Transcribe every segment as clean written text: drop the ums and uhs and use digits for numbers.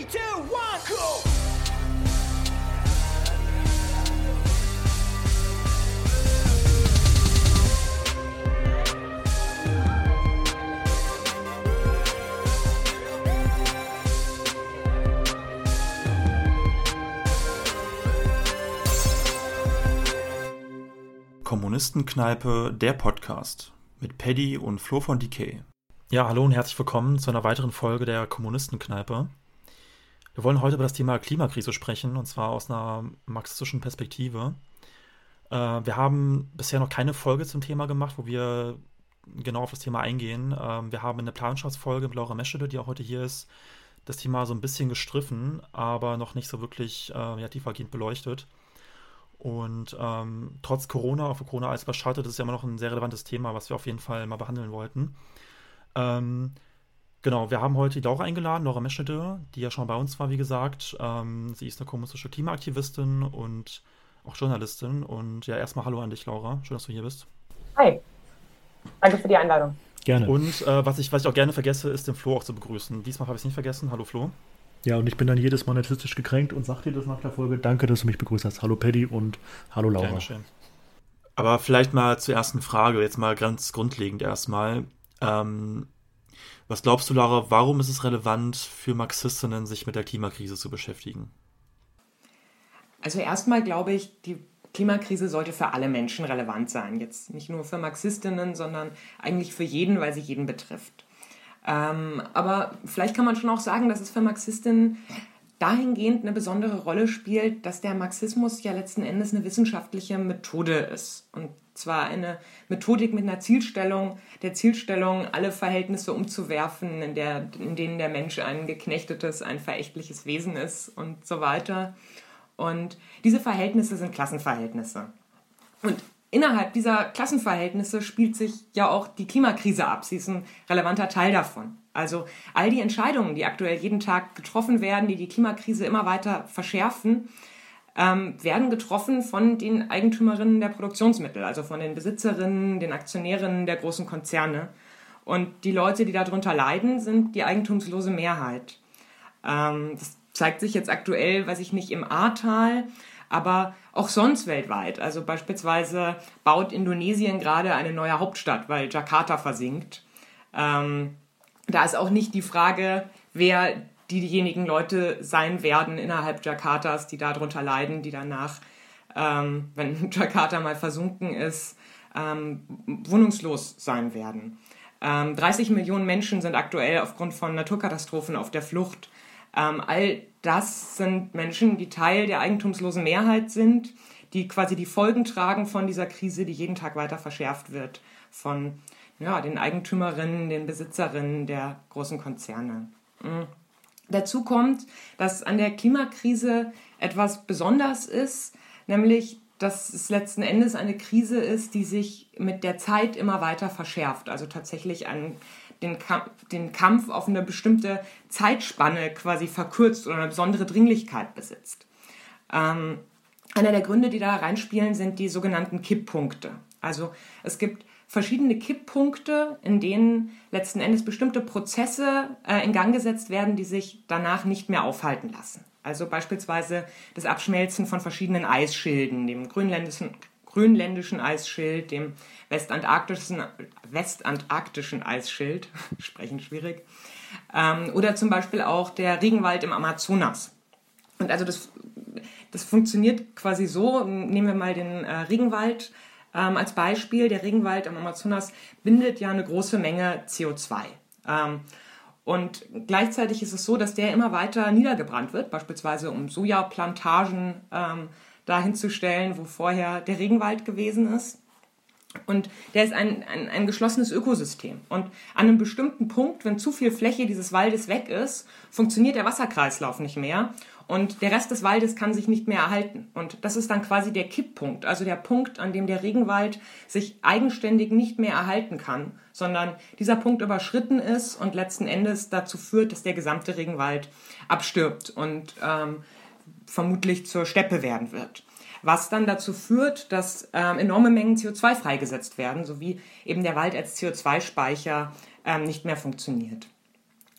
2, 1, go! Kommunistenkneipe, der Podcast mit Paddy und Flo von Decay. Ja, hallo und herzlich willkommen zu einer weiteren Folge der Kommunistenkneipe. Wir wollen heute über das Thema Klimakrise sprechen, und zwar aus einer marxistischen Perspektive. Wir haben bisher noch keine Folge zum Thema gemacht, wo wir genau auf das Thema eingehen. Wir haben in der Planschaftsfolge mit Laura Meschede, die auch heute hier ist, das Thema so ein bisschen gestriffen, aber noch nicht so wirklich tiefergehend beleuchtet. Und trotz Corona, auch für Corona als überschattet, ist es ja immer noch ein sehr relevantes Thema, was wir auf jeden Fall mal behandeln wollten. Genau, wir haben heute die Laura eingeladen, Laura Meschede, die ja schon bei uns war, wie gesagt. Sie ist eine kommunistische Klimaaktivistin und auch Journalistin. Und ja, erstmal hallo an dich, Laura. Schön, dass du hier bist. Hi, danke für die Einladung. Gerne. Und was ich auch gerne vergesse, ist den Flo auch zu begrüßen. Diesmal habe ich es nicht vergessen. Hallo, Flo. Ja, und ich bin dann jedes Mal narzisstisch gekränkt und sag dir das nach der Folge. Danke, dass du mich begrüßt hast. Hallo Paddy und hallo Laura. Gerne schön. Aber vielleicht mal zur ersten Frage, jetzt mal ganz grundlegend erstmal. Was glaubst du, Laura, warum ist es relevant für Marxistinnen, sich mit der Klimakrise zu beschäftigen? Also erstmal glaube ich, die Klimakrise sollte für alle Menschen relevant sein. Jetzt nicht nur für Marxistinnen, sondern eigentlich für jeden, weil sie jeden betrifft. Aber vielleicht kann man schon auch sagen, dass es für Marxistinnen dahingehend eine besondere Rolle spielt, dass der Marxismus ja letzten Endes eine wissenschaftliche Methode ist. Und zwar eine Methodik mit einer Zielstellung, alle Verhältnisse umzuwerfen, in denen der Mensch ein geknechtetes, ein verächtliches Wesen ist und so weiter. Und diese Verhältnisse sind Klassenverhältnisse. Und innerhalb dieser Klassenverhältnisse spielt sich ja auch die Klimakrise ab. Sie ist ein relevanter Teil davon. Also all die Entscheidungen, die aktuell jeden Tag getroffen werden, die Klimakrise immer weiter verschärfen, werden getroffen von den Eigentümerinnen der Produktionsmittel, also von den Besitzerinnen, den Aktionärinnen der großen Konzerne. Und die Leute, die darunter leiden, sind die eigentumslose Mehrheit. Das zeigt sich jetzt aktuell, weiß ich nicht, im Ahrtal, aber auch sonst weltweit. Also beispielsweise baut Indonesien gerade eine neue Hauptstadt, weil Jakarta versinkt. Da ist auch nicht die Frage, wer diejenigen Leute sein werden innerhalb Jakartas, die darunter leiden, die danach, wenn Jakarta mal versunken ist, wohnungslos sein werden. 30 Millionen Menschen sind aktuell aufgrund von Naturkatastrophen auf der Flucht. All das sind Menschen, die Teil der eigentumslosen Mehrheit sind, die quasi die Folgen tragen von dieser Krise, die jeden Tag weiter verschärft wird von den Eigentümerinnen, den Besitzerinnen der großen Konzerne. Dazu kommt, dass an der Klimakrise etwas besonders ist, nämlich, dass es letzten Endes eine Krise ist, die sich mit der Zeit immer weiter verschärft, also tatsächlich den Kampf auf eine bestimmte Zeitspanne quasi verkürzt oder eine besondere Dringlichkeit besitzt. Einer der Gründe, die da reinspielen, sind die sogenannten Kipppunkte. Also es gibt verschiedene Kipppunkte, in denen letzten Endes bestimmte Prozesse in Gang gesetzt werden, die sich danach nicht mehr aufhalten lassen. Also beispielsweise das Abschmelzen von verschiedenen Eisschilden, dem grönländischen Eisschild, dem westantarktischen Eisschild, sprechen schwierig, oder zum Beispiel auch der Regenwald im Amazonas. Und also das funktioniert quasi so, nehmen wir mal den Regenwald als Beispiel. Der Regenwald am Amazonas bindet ja eine große Menge CO2. Und gleichzeitig ist es so, dass der immer weiter niedergebrannt wird, beispielsweise um Sojaplantagen dahin zu stellen, wo vorher der Regenwald gewesen ist. Und der ist ein geschlossenes Ökosystem. Und an einem bestimmten Punkt, wenn zu viel Fläche dieses Waldes weg ist, funktioniert der Wasserkreislauf nicht mehr. Und der Rest des Waldes kann sich nicht mehr erhalten. Und das ist dann quasi der Kipppunkt, also der Punkt, an dem der Regenwald sich eigenständig nicht mehr erhalten kann, sondern dieser Punkt überschritten ist und letzten Endes dazu führt, dass der gesamte Regenwald abstirbt und vermutlich zur Steppe werden wird. Was dann dazu führt, dass enorme Mengen CO2 freigesetzt werden, sowie eben der Wald als CO2-Speicher nicht mehr funktioniert.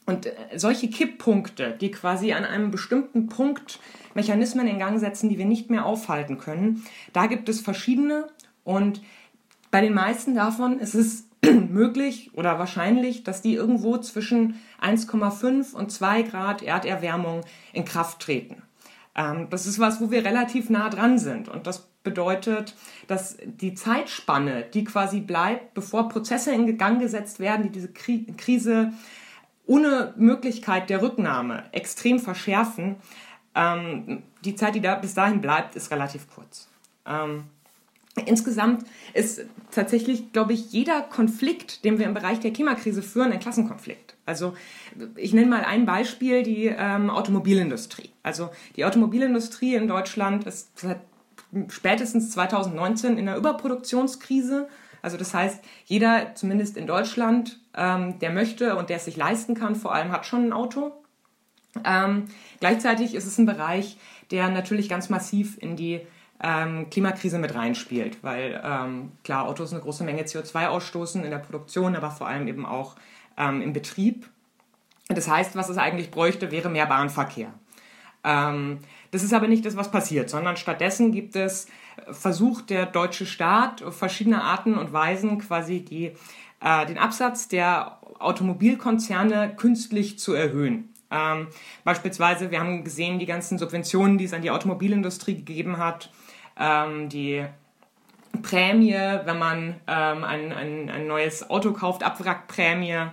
Und solche Kipppunkte, die quasi an einem bestimmten Punkt Mechanismen in Gang setzen, die wir nicht mehr aufhalten können, da gibt es verschiedene. Und bei den meisten davon ist es möglich oder wahrscheinlich, dass die irgendwo zwischen 1,5 und 2 Grad Erderwärmung in Kraft treten. Das ist was, wo wir relativ nah dran sind. Und das bedeutet, dass die Zeitspanne, die quasi bleibt, bevor Prozesse in Gang gesetzt werden, die diese Krise ohne Möglichkeit der Rücknahme extrem verschärfen, die Zeit, die da bis dahin bleibt, ist relativ kurz. Insgesamt ist tatsächlich, glaube ich, jeder Konflikt, den wir im Bereich der Klimakrise führen, ein Klassenkonflikt. Also ich nenne mal ein Beispiel, die Automobilindustrie. Also die Automobilindustrie in Deutschland ist seit spätestens 2019 in einer Überproduktionskrise. Also das heißt, jeder, zumindest in Deutschland, der möchte und der es sich leisten kann, vor allem hat schon ein Auto. Gleichzeitig ist es ein Bereich, der natürlich ganz massiv in die Klimakrise mit reinspielt, weil klar, Autos eine große Menge CO2 ausstoßen in der Produktion, aber vor allem eben auch im Betrieb. Das heißt, was es eigentlich bräuchte, wäre mehr Bahnverkehr. Das ist aber nicht das, was passiert, sondern stattdessen gibt es versucht der deutsche Staat auf verschiedene Arten und Weisen quasi den Absatz der Automobilkonzerne künstlich zu erhöhen. Beispielsweise, wir haben gesehen, die ganzen Subventionen, die es an die Automobilindustrie gegeben hat, die Prämie, wenn man ein neues Auto kauft, Abwrackprämie,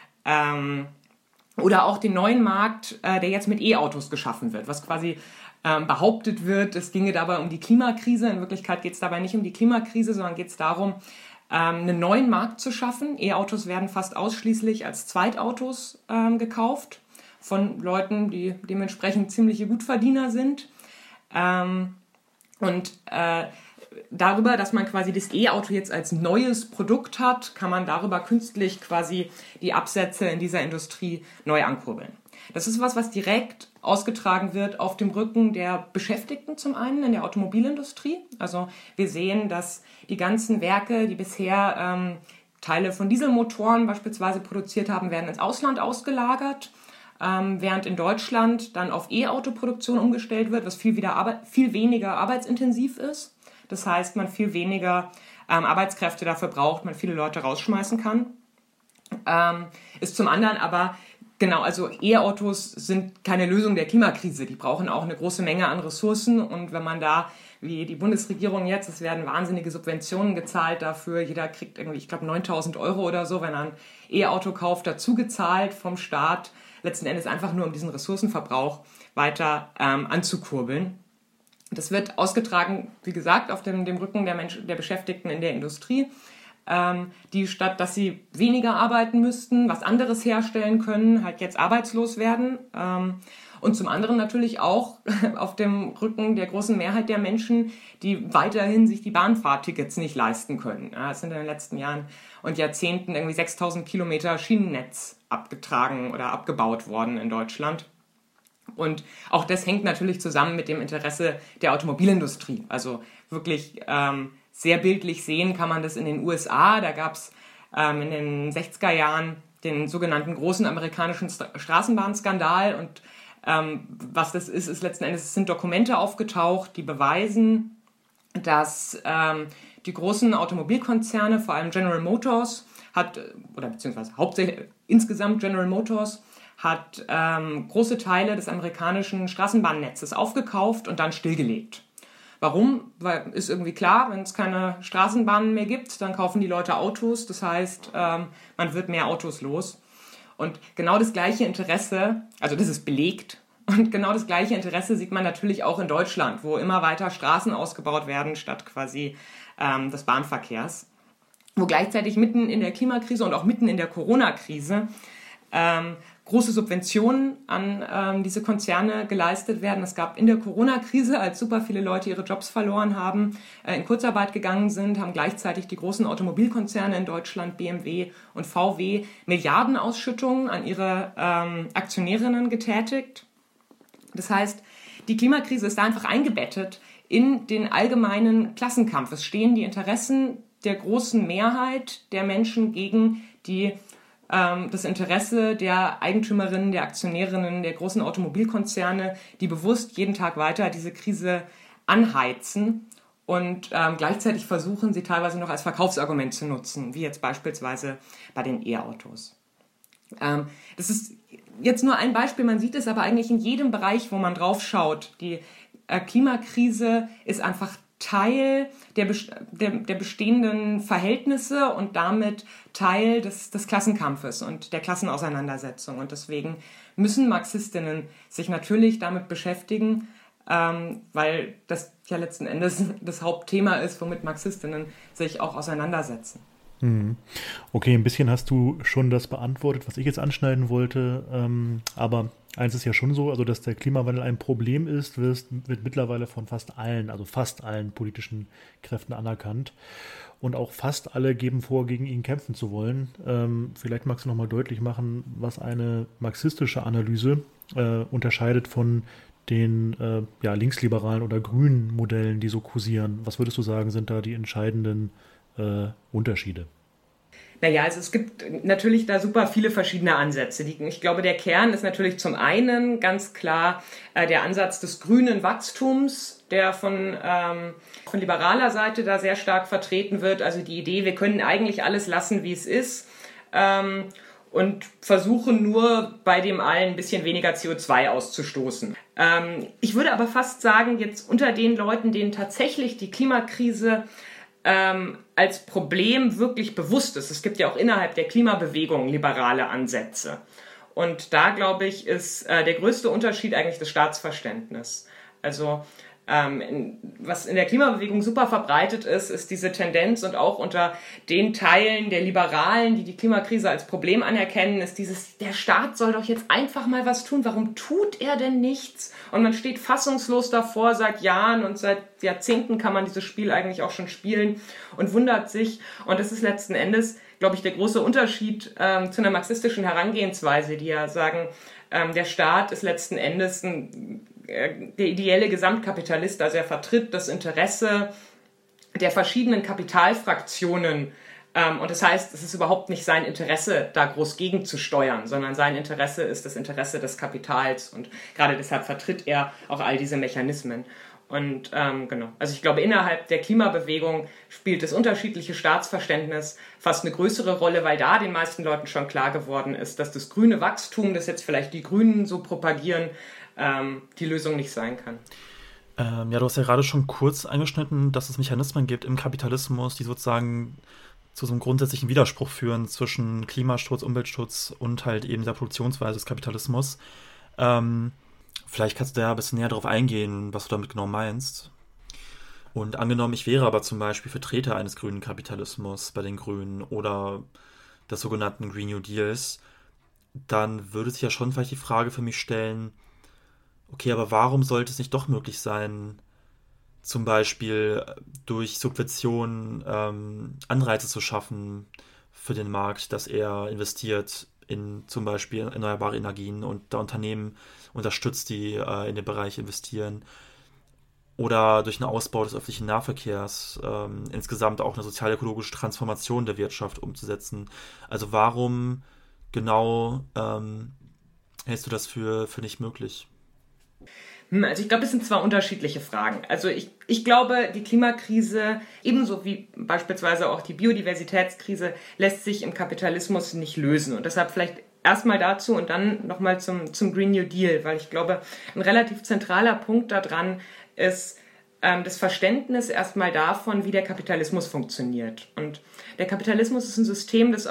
oder auch den neuen Markt, der jetzt mit E-Autos geschaffen wird, was quasi behauptet wird, es ginge dabei um die Klimakrise. In Wirklichkeit geht es dabei nicht um die Klimakrise, sondern geht es darum, einen neuen Markt zu schaffen. E-Autos werden fast ausschließlich als Zweitautos gekauft von Leuten, die dementsprechend ziemliche Gutverdiener sind. Darüber, dass man quasi das E-Auto jetzt als neues Produkt hat, kann man darüber künstlich quasi die Absätze in dieser Industrie neu ankurbeln. Das ist was direkt ausgetragen wird auf dem Rücken der Beschäftigten zum einen in der Automobilindustrie. Also wir sehen, dass die ganzen Werke, die bisher Teile von Dieselmotoren beispielsweise produziert haben, werden ins Ausland ausgelagert, während in Deutschland dann auf E-Auto-Produktion umgestellt wird, was viel weniger arbeitsintensiv ist. Das heißt, man viel weniger Arbeitskräfte dafür braucht, man viele Leute rausschmeißen kann. Ist zum anderen aber, genau, also E-Autos sind keine Lösung der Klimakrise. Die brauchen auch eine große Menge an Ressourcen. Und wenn man da, wie die Bundesregierung jetzt, es werden wahnsinnige Subventionen gezahlt dafür. Jeder kriegt irgendwie, ich glaube, 9.000 € oder so, wenn er ein E-Auto kauft, dazu gezahlt vom Staat. Letzten Endes einfach nur, um diesen Ressourcenverbrauch weiter anzukurbeln. Das wird ausgetragen, wie gesagt, auf dem Rücken der Beschäftigten in der Industrie, die statt, dass sie weniger arbeiten müssten, was anderes herstellen können, halt jetzt arbeitslos werden. Und zum anderen natürlich auch auf dem Rücken der großen Mehrheit der Menschen, die weiterhin sich die Bahnfahrtickets nicht leisten können. Es sind in den letzten Jahren und Jahrzehnten irgendwie 6.000 Kilometer Schienennetz abgetragen oder abgebaut worden in Deutschland. Und auch das hängt natürlich zusammen mit dem Interesse der Automobilindustrie. Also wirklich sehr bildlich sehen kann man das in den USA. Da gab es in den 60er Jahren den sogenannten großen amerikanischen Straßenbahnskandal. Und was das ist letzten Endes, es sind Dokumente aufgetaucht, die beweisen, dass die großen Automobilkonzerne, vor allem General Motors, beziehungsweise hauptsächlich insgesamt General Motors, hat große Teile des amerikanischen Straßenbahnnetzes aufgekauft und dann stillgelegt. Warum? Weil ist irgendwie klar, wenn es keine Straßenbahnen mehr gibt, dann kaufen die Leute Autos. Das heißt, man wird mehr Autos los. Und genau das gleiche Interesse, also das ist belegt, und genau das gleiche Interesse sieht man natürlich auch in Deutschland, wo immer weiter Straßen ausgebaut werden, statt quasi des Bahnverkehrs. Wo gleichzeitig mitten in der Klimakrise und auch mitten in der Corona-Krise große Subventionen an diese Konzerne geleistet werden. Es gab in der Corona-Krise, als super viele Leute ihre Jobs verloren haben, in Kurzarbeit gegangen sind, haben gleichzeitig die großen Automobilkonzerne in Deutschland, BMW und VW, Milliardenausschüttungen an ihre Aktionärinnen getätigt. Das heißt, die Klimakrise ist da einfach eingebettet in den allgemeinen Klassenkampf. Es stehen die Interessen der großen Mehrheit der Menschen gegen die das Interesse der Eigentümerinnen, der Aktionärinnen, der großen Automobilkonzerne, die bewusst jeden Tag weiter diese Krise anheizen und gleichzeitig versuchen, sie teilweise noch als Verkaufsargument zu nutzen, wie jetzt beispielsweise bei den E-Autos. Das ist jetzt nur ein Beispiel, man sieht es aber eigentlich in jedem Bereich, wo man drauf schaut. Die Klimakrise ist einfach Teil der bestehenden Verhältnisse und damit Teil des Klassenkampfes und der Klassenauseinandersetzung. Und deswegen müssen Marxistinnen sich natürlich damit beschäftigen, weil das ja letzten Endes das Hauptthema ist, womit Marxistinnen sich auch auseinandersetzen. Okay, ein bisschen hast du schon das beantwortet, was ich jetzt anschneiden wollte, aber eins ist ja schon so, also dass der Klimawandel ein Problem ist, wird mittlerweile von fast allen politischen Kräften anerkannt und auch fast alle geben vor, gegen ihn kämpfen zu wollen. Vielleicht magst du nochmal deutlich machen, was eine marxistische Analyse unterscheidet von den linksliberalen oder grünen Modellen, die so kursieren. Was würdest du sagen, sind da die entscheidenden Unterschiede? Naja, also es gibt natürlich da super viele verschiedene Ansätze. Ich glaube, der Kern ist natürlich zum einen ganz klar der Ansatz des grünen Wachstums, der von liberaler Seite da sehr stark vertreten wird. Also die Idee, wir können eigentlich alles lassen, wie es ist, und versuchen nur bei dem allen ein bisschen weniger CO2 auszustoßen. Ich würde aber fast sagen, jetzt unter den Leuten, denen tatsächlich die Klimakrise als Problem wirklich bewusst ist. Es gibt ja auch innerhalb der Klimabewegung liberale Ansätze. Und da, glaube ich, ist der größte Unterschied eigentlich das Staatsverständnis. Also was in der Klimabewegung super verbreitet ist, ist diese Tendenz, und auch unter den Teilen der Liberalen, die die Klimakrise als Problem anerkennen, ist der Staat soll doch jetzt einfach mal was tun. Warum tut er denn nichts? Und man steht fassungslos davor seit Jahren, und seit Jahrzehnten kann man dieses Spiel eigentlich auch schon spielen und wundert sich. Und das ist letzten Endes, glaube ich, der große Unterschied zu einer marxistischen Herangehensweise, die ja sagen, der Staat ist letzten Endes der ideelle Gesamtkapitalist, also er vertritt das Interesse der verschiedenen Kapitalfraktionen, und das heißt, es ist überhaupt nicht sein Interesse, da groß gegenzusteuern, sondern sein Interesse ist das Interesse des Kapitals, und gerade deshalb vertritt er auch all diese Mechanismen. Und genau, also ich glaube, innerhalb der Klimabewegung spielt das unterschiedliche Staatsverständnis fast eine größere Rolle, weil da den meisten Leuten schon klar geworden ist, dass das grüne Wachstum, das jetzt vielleicht die Grünen so propagieren, die Lösung nicht sein kann. Du hast ja gerade schon kurz angeschnitten, dass es Mechanismen gibt im Kapitalismus, die sozusagen zu so einem grundsätzlichen Widerspruch führen zwischen Klimaschutz, Umweltschutz und halt eben der Produktionsweise des Kapitalismus. Vielleicht kannst du da ein bisschen näher darauf eingehen, was du damit genau meinst. Und angenommen, ich wäre aber zum Beispiel Vertreter eines grünen Kapitalismus bei den Grünen oder des sogenannten Green New Deals, dann würde sich ja schon vielleicht die Frage für mich stellen, okay, aber warum sollte es nicht doch möglich sein, zum Beispiel durch Subventionen Anreize zu schaffen für den Markt, dass er investiert in zum Beispiel erneuerbare Energien und da Unternehmen unterstützt, die in den Bereich investieren, oder durch einen Ausbau des öffentlichen Nahverkehrs insgesamt auch eine sozial-ökologische Transformation der Wirtschaft umzusetzen. Also warum genau hältst du das für nicht möglich? Also ich glaube, es sind zwei unterschiedliche Fragen. Also ich glaube, die Klimakrise, ebenso wie beispielsweise auch die Biodiversitätskrise, lässt sich im Kapitalismus nicht lösen. Und deshalb vielleicht erstmal dazu und dann nochmal zum Green New Deal, weil ich glaube, ein relativ zentraler Punkt daran ist das Verständnis erstmal davon, wie der Kapitalismus funktioniert. Und der Kapitalismus ist ein System, das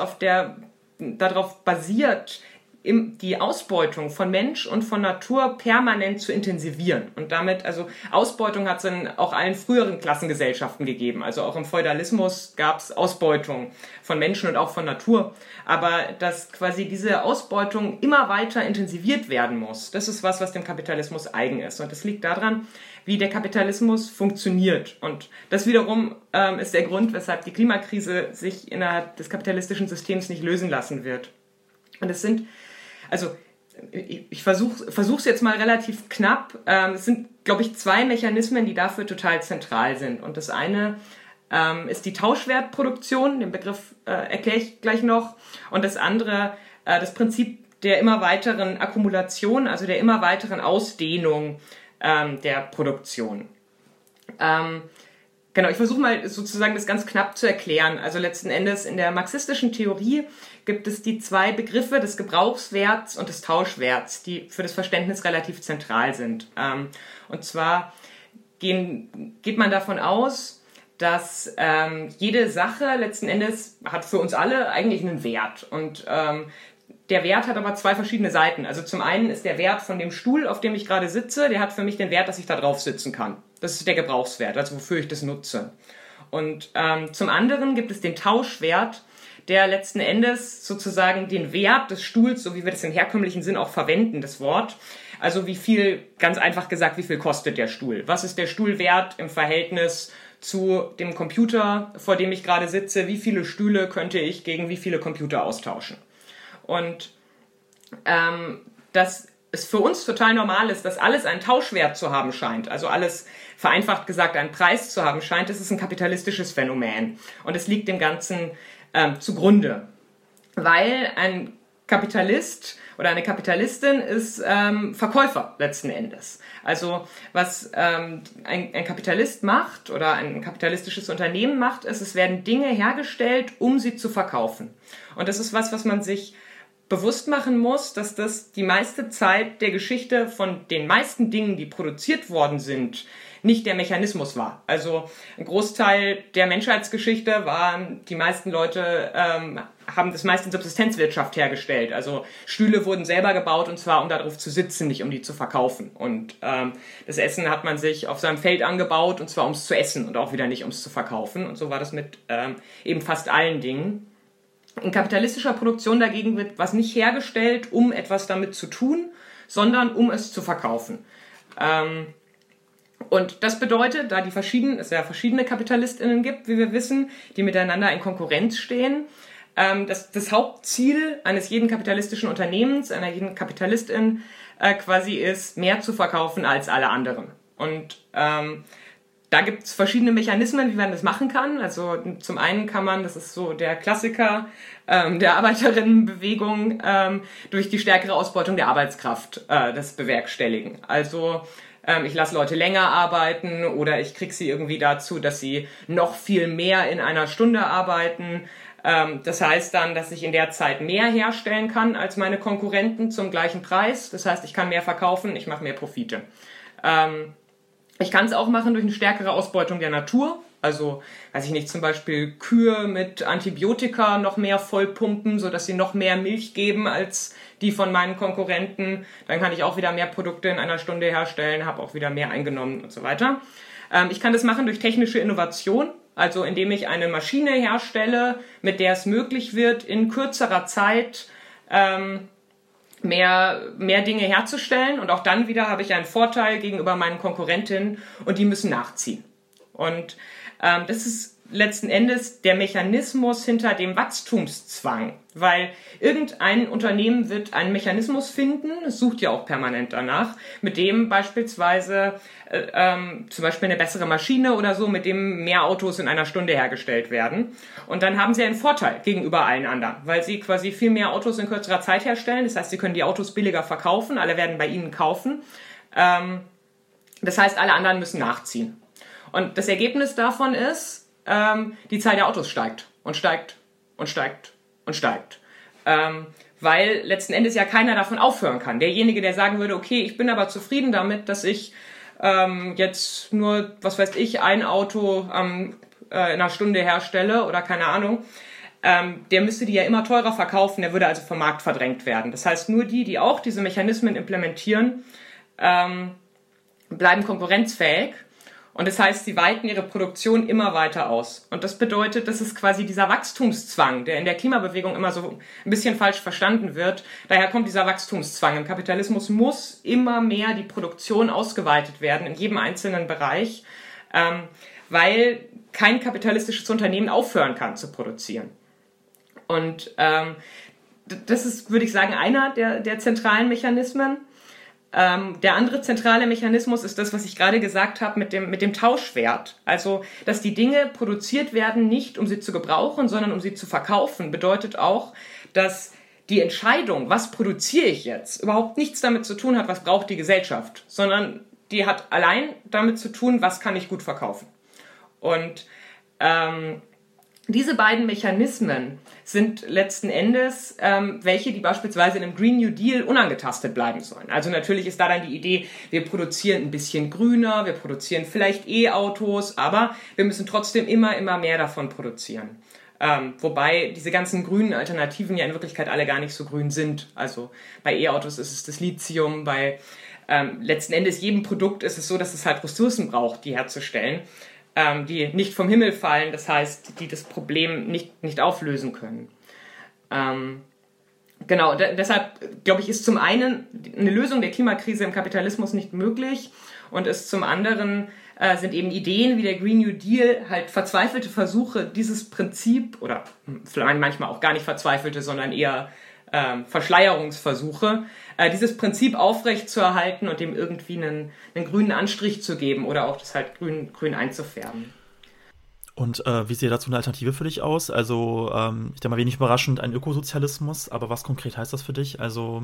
darauf basiert, die Ausbeutung von Mensch und von Natur permanent zu intensivieren. Und damit, also Ausbeutung hat es in auch allen früheren Klassengesellschaften gegeben. Also auch im Feudalismus gab es Ausbeutung von Menschen und auch von Natur. Aber dass quasi diese Ausbeutung immer weiter intensiviert werden muss, das ist was dem Kapitalismus eigen ist. Und das liegt daran, wie der Kapitalismus funktioniert. Und das wiederum ist der Grund, weshalb die Klimakrise sich innerhalb des kapitalistischen Systems nicht lösen lassen wird. Und es sind, also ich versuche es jetzt mal relativ knapp. Es sind, glaube ich, zwei Mechanismen, die dafür total zentral sind. Und das eine ist die Tauschwertproduktion, den Begriff erkläre ich gleich noch, und das andere, das Prinzip der immer weiteren Akkumulation, also der immer weiteren Ausdehnung der Produktion. Genau, ich versuche mal sozusagen das ganz knapp zu erklären. Also letzten Endes in der marxistischen Theorie gibt es die zwei Begriffe des Gebrauchswerts und des Tauschwerts, die für das Verständnis relativ zentral sind. Und zwar geht man davon aus, dass jede Sache letzten Endes hat für uns alle eigentlich einen Wert. Und der Wert hat aber zwei verschiedene Seiten. Also zum einen ist der Wert von dem Stuhl, auf dem ich gerade sitze, der hat für mich den Wert, dass ich da drauf sitzen kann. Das ist der Gebrauchswert, also wofür ich das nutze. Und zum anderen gibt es den Tauschwert, der letzten Endes sozusagen den Wert des Stuhls, so wie wir das im herkömmlichen Sinn auch verwenden, das Wort, also wie viel, ganz einfach gesagt, wie viel kostet der Stuhl? Was ist der Stuhl wert im Verhältnis zu dem Computer, vor dem ich gerade sitze? Wie viele Stühle könnte ich gegen wie viele Computer austauschen? Und dass es für uns total normal ist, dass alles einen Tauschwert zu haben scheint, also alles vereinfacht gesagt einen Preis zu haben scheint, das ist ein kapitalistisches Phänomen. Und es liegt dem Ganzen zugrunde, weil ein Kapitalist oder eine Kapitalistin ist Verkäufer letzten Endes. Also was ein Kapitalist macht oder ein kapitalistisches Unternehmen macht, ist, es werden Dinge hergestellt, um sie zu verkaufen. Und das ist was man sich bewusst machen muss, dass das die meiste Zeit der Geschichte von den meisten Dingen, die produziert worden sind, nicht der Mechanismus war. Also ein Großteil der Menschheitsgeschichte waren, die meisten Leute haben das meiste in Subsistenzwirtschaft hergestellt. Also Stühle wurden selber gebaut und zwar um darauf zu sitzen, nicht um die zu verkaufen. Und das Essen hat man sich auf seinem Feld angebaut und zwar um es zu essen und auch wieder nicht um es zu verkaufen. Und so war das mit eben fast allen Dingen. In kapitalistischer Produktion dagegen wird was nicht hergestellt, um etwas damit zu tun, sondern um es zu verkaufen. Und das bedeutet, da es ja verschiedene KapitalistInnen gibt, wie wir wissen, die miteinander in Konkurrenz stehen, dass das Hauptziel eines jeden kapitalistischen Unternehmens, einer jeden Kapitalistin quasi ist, mehr zu verkaufen als alle anderen. Und da gibt es verschiedene Mechanismen, wie man das machen kann. Also zum einen kann man, das ist so der Klassiker der Arbeiterinnenbewegung, durch die stärkere Ausbeutung der Arbeitskraft das bewerkstelligen. Also ich lasse Leute länger arbeiten oder ich kriege sie irgendwie dazu, dass sie noch viel mehr in einer Stunde arbeiten. Das heißt dann, dass ich in der Zeit mehr herstellen kann als meine Konkurrenten zum gleichen Preis. Das heißt, ich kann mehr verkaufen, ich mache mehr Profite. Ich kann es auch machen durch eine stärkere Ausbeutung der Natur. Also, weiß ich nicht, zum Beispiel Kühe mit Antibiotika noch mehr vollpumpen, sodass sie noch mehr Milch geben als die von meinen Konkurrenten. Dann kann ich auch wieder mehr Produkte in einer Stunde herstellen, habe auch wieder mehr eingenommen und so weiter. Ich kann das machen durch technische Innovation, also indem ich eine Maschine herstelle, mit der es möglich wird, in kürzerer Zeit mehr Dinge herzustellen. Und auch dann wieder habe ich einen Vorteil gegenüber meinen Konkurrentinnen und die müssen nachziehen. Und das ist letzten Endes der Mechanismus hinter dem Wachstumszwang, weil irgendein Unternehmen wird einen Mechanismus finden, es sucht ja auch permanent danach, mit dem beispielsweise zum Beispiel eine bessere Maschine oder so, mit dem mehr Autos in einer Stunde hergestellt werden. Und dann haben sie einen Vorteil gegenüber allen anderen, weil sie quasi viel mehr Autos in kürzerer Zeit herstellen. Das heißt, sie können die Autos billiger verkaufen, alle werden bei ihnen kaufen. Das heißt, alle anderen müssen nachziehen. Und das Ergebnis davon ist, die Zahl der Autos steigt und steigt und steigt und steigt. Weil letzten Endes ja keiner davon aufhören kann. Derjenige, der sagen würde, okay, ich bin aber zufrieden damit, dass ich jetzt nur, was weiß ich, ein Auto in einer Stunde herstelle oder keine Ahnung, der müsste die ja immer teurer verkaufen, der würde also vom Markt verdrängt werden. Das heißt, nur die auch diese Mechanismen implementieren, bleiben konkurrenzfähig. Und das heißt, sie weiten ihre Produktion immer weiter aus. Und das bedeutet, das ist quasi dieser Wachstumszwang, der in der Klimabewegung immer so ein bisschen falsch verstanden wird. Daher kommt dieser Wachstumszwang. Im Kapitalismus muss immer mehr die Produktion ausgeweitet werden, in jedem einzelnen Bereich, weil kein kapitalistisches Unternehmen aufhören kann zu produzieren. Und das ist, würde ich sagen, einer der zentralen Mechanismen. Der andere zentrale Mechanismus ist das, was ich gerade gesagt habe mit dem Tauschwert. Also, dass die Dinge produziert werden, nicht um sie zu gebrauchen, sondern um sie zu verkaufen, bedeutet auch, dass die Entscheidung, was produziere ich jetzt, überhaupt nichts damit zu tun hat, was braucht die Gesellschaft, sondern die hat allein damit zu tun, was kann ich gut verkaufen. Und diese beiden Mechanismen sind letzten Endes welche, die beispielsweise in einem Green New Deal unangetastet bleiben sollen. Also natürlich ist da dann die Idee, wir produzieren ein bisschen grüner, wir produzieren vielleicht E-Autos, aber wir müssen trotzdem immer mehr davon produzieren. Wobei diese ganzen grünen Alternativen ja in Wirklichkeit alle gar nicht so grün sind. Also bei E-Autos ist es das Lithium, bei letzten Endes jedem Produkt ist es so, dass es halt Ressourcen braucht, die herzustellen, die nicht vom Himmel fallen, das heißt, die das Problem nicht auflösen können. Genau, deshalb, glaube ich, ist zum einen eine Lösung der Klimakrise im Kapitalismus nicht möglich und ist zum anderen sind eben Ideen wie der Green New Deal halt verzweifelte Versuche, dieses Prinzip, oder manchmal auch gar nicht verzweifelte, sondern eher Verschleierungsversuche, dieses Prinzip aufrechtzuerhalten und dem irgendwie einen grünen Anstrich zu geben oder auch das halt grün einzufärben. Und wie sieht dazu eine Alternative für dich aus? Also, ich denke mal, wenig überraschend ein Ökosozialismus, aber was konkret heißt das für dich? Also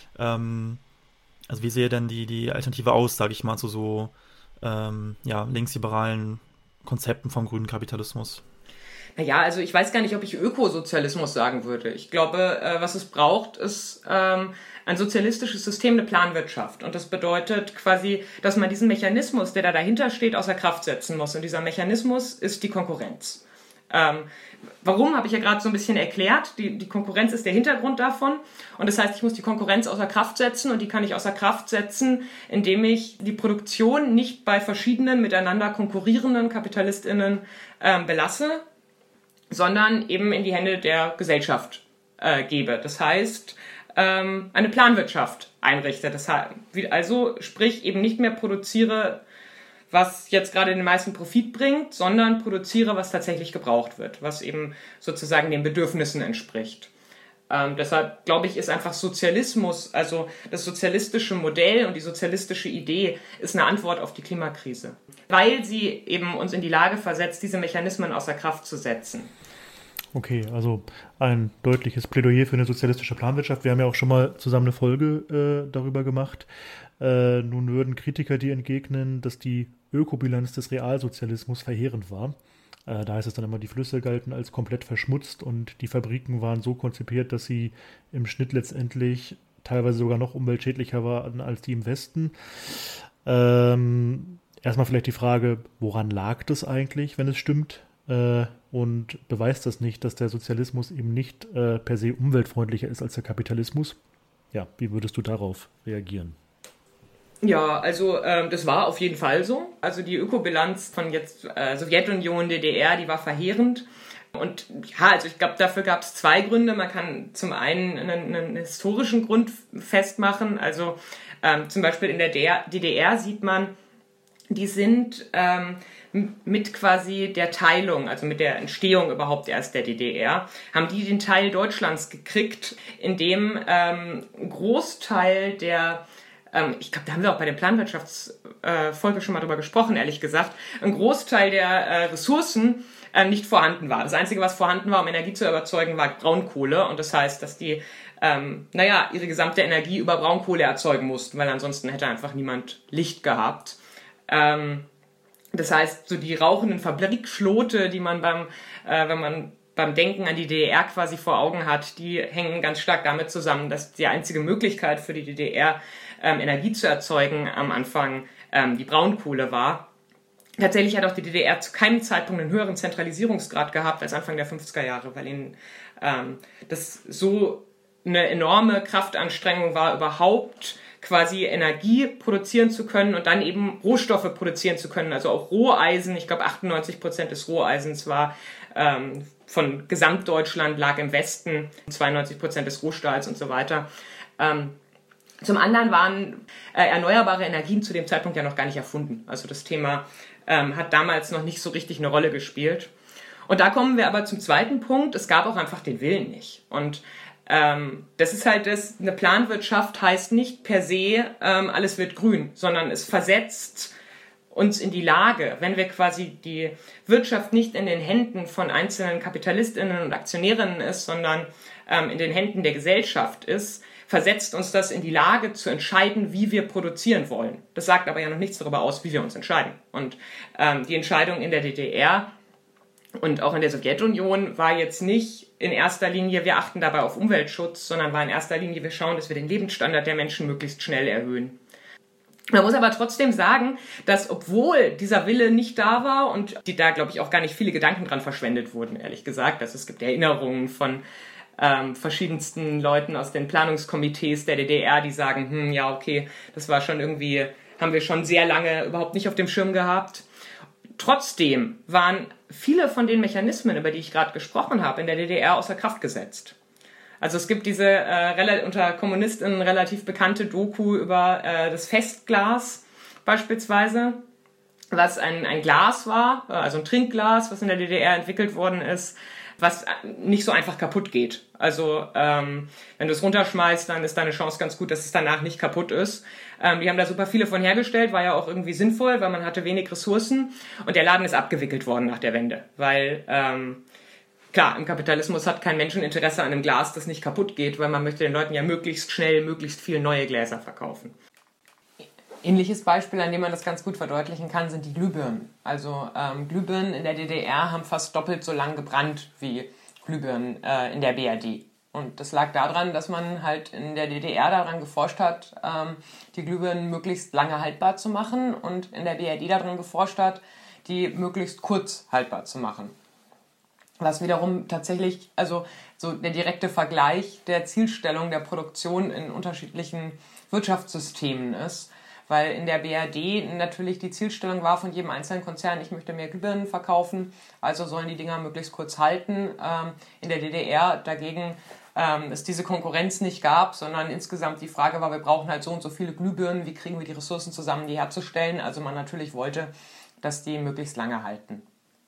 wie sehe denn die Alternative aus, sage ich mal, zu so linksliberalen Konzepten vom grünen Kapitalismus? Naja, also ich weiß gar nicht, ob ich Ökosozialismus sagen würde. Ich glaube, was es braucht, ist ein sozialistisches System, eine Planwirtschaft. Und das bedeutet quasi, dass man diesen Mechanismus, der da dahinter steht, außer Kraft setzen muss. Und dieser Mechanismus ist die Konkurrenz. Warum, habe ich ja gerade so ein bisschen erklärt. Die Konkurrenz ist der Hintergrund davon. Und das heißt, ich muss die Konkurrenz außer Kraft setzen. Und die kann ich außer Kraft setzen, indem ich die Produktion nicht bei verschiedenen miteinander konkurrierenden KapitalistInnen belasse, sondern eben in die Hände der Gesellschaft gebe. Das heißt, eine Planwirtschaft einrichte. Das heißt, also sprich eben nicht mehr produziere, was jetzt gerade den meisten Profit bringt, sondern produziere, was tatsächlich gebraucht wird, was eben sozusagen den Bedürfnissen entspricht. Deshalb, glaube ich, ist einfach Sozialismus, also das sozialistische Modell und die sozialistische Idee ist eine Antwort auf die Klimakrise, weil sie eben uns in die Lage versetzt, diese Mechanismen außer Kraft zu setzen. Okay, also ein deutliches Plädoyer für eine sozialistische Planwirtschaft. Wir haben ja auch schon mal zusammen eine Folge darüber gemacht. Nun würden Kritiker dir entgegnen, dass die Ökobilanz des Realsozialismus verheerend war. Da heißt es dann immer, die Flüsse galten als komplett verschmutzt und die Fabriken waren so konzipiert, dass sie im Schnitt letztendlich teilweise sogar noch umweltschädlicher waren als die im Westen. Erstmal vielleicht die Frage, woran lag das eigentlich, wenn es stimmt? Und beweist das nicht, dass der Sozialismus eben nicht per se umweltfreundlicher ist als der Kapitalismus? Ja, wie würdest du darauf reagieren? Ja, also das war auf jeden Fall so. Also die Ökobilanz von jetzt Sowjetunion, DDR, die war verheerend. Und ja, also ich glaube, dafür gab es zwei Gründe. Man kann zum einen einen historischen Grund festmachen. Also zum Beispiel in der DDR sieht man, die sind mit quasi der Teilung, also mit der Entstehung überhaupt erst der DDR, haben die den Teil Deutschlands gekriegt, in dem ein Großteil der ich glaube, da haben wir auch bei der Planwirtschaftsfolge schon mal drüber gesprochen, ehrlich gesagt, ein Großteil der Ressourcen nicht vorhanden war. Das Einzige, was vorhanden war, um Energie zu erzeugen, war Braunkohle. Und das heißt, dass die ihre gesamte Energie über Braunkohle erzeugen mussten, weil ansonsten hätte einfach niemand Licht gehabt. Das heißt, so die rauchenden Fabrikschlote, die man beim Denken an die DDR quasi vor Augen hat, die hängen ganz stark damit zusammen, dass die einzige Möglichkeit für die DDR, Energie zu erzeugen, am Anfang die Braunkohle war. Tatsächlich hat auch die DDR zu keinem Zeitpunkt einen höheren Zentralisierungsgrad gehabt als Anfang der 50er Jahre, weil ihnen das so eine enorme Kraftanstrengung war, überhaupt quasi Energie produzieren zu können und dann eben Rohstoffe produzieren zu können, also auch Roheisen. Ich glaube, 98% des Roheisens war von Gesamtdeutschland, lag im Westen, 92% des Rohstahls und so weiter. Zum anderen waren erneuerbare Energien zu dem Zeitpunkt ja noch gar nicht erfunden. Also das Thema hat damals noch nicht so richtig eine Rolle gespielt. Und da kommen wir aber zum zweiten Punkt. Es gab auch einfach den Willen nicht. Und Das ist halt eine Planwirtschaft heißt nicht per se, alles wird grün, sondern es versetzt uns in die Lage, wenn wir quasi die Wirtschaft nicht in den Händen von einzelnen KapitalistInnen und Aktionärinnen ist, sondern in den Händen der Gesellschaft ist, versetzt uns das in die Lage zu entscheiden, wie wir produzieren wollen. Das sagt aber ja noch nichts darüber aus, wie wir uns entscheiden. Und die Entscheidung in der DDR und auch in der Sowjetunion war jetzt nicht in erster Linie, wir achten dabei auf Umweltschutz, sondern war in erster Linie, wir schauen, dass wir den Lebensstandard der Menschen möglichst schnell erhöhen. Man muss aber trotzdem sagen, dass obwohl dieser Wille nicht da war und da, glaube ich, auch gar nicht viele Gedanken dran verschwendet wurden, ehrlich gesagt, dass es gibt Erinnerungen von verschiedensten Leuten aus den Planungskomitees der DDR, die sagen, ja, okay, das war schon irgendwie, haben wir schon sehr lange überhaupt nicht auf dem Schirm gehabt. Trotzdem waren viele von den Mechanismen, über die ich gerade gesprochen habe, in der DDR außer Kraft gesetzt. Also es gibt diese unter KommunistInnen relativ bekannte Doku über das Festglas beispielsweise, was ein Glas war, also ein Trinkglas, was in der DDR entwickelt worden ist, was nicht so einfach kaputt geht. Also wenn du es runterschmeißt, dann ist deine Chance ganz gut, dass es danach nicht kaputt ist. Die haben da super viele von hergestellt, war ja auch irgendwie sinnvoll, weil man hatte wenig Ressourcen und der Laden ist abgewickelt worden nach der Wende, weil klar, im Kapitalismus hat kein Mensch ein Interesse an einem Glas, das nicht kaputt geht, weil man möchte den Leuten ja möglichst schnell, möglichst viele neue Gläser verkaufen. Ähnliches Beispiel, an dem man das ganz gut verdeutlichen kann, sind die Glühbirnen. Also Glühbirnen in der DDR haben fast doppelt so lang gebrannt wie Glühbirnen in der BRD. Und das lag daran, dass man halt in der DDR daran geforscht hat, die Glühbirnen möglichst lange haltbar zu machen und in der BRD daran geforscht hat, die möglichst kurz haltbar zu machen. Was wiederum tatsächlich, also so der direkte Vergleich der Zielstellung der Produktion in unterschiedlichen Wirtschaftssystemen ist. Weil in der BRD natürlich die Zielstellung war von jedem einzelnen Konzern, ich möchte mehr Glühbirnen verkaufen, also sollen die Dinger möglichst kurz halten. In der DDR dagegen es diese Konkurrenz nicht gab, sondern insgesamt die Frage war, wir brauchen halt so und so viele Glühbirnen, wie kriegen wir die Ressourcen zusammen, die herzustellen. Also man natürlich wollte, dass die möglichst lange halten.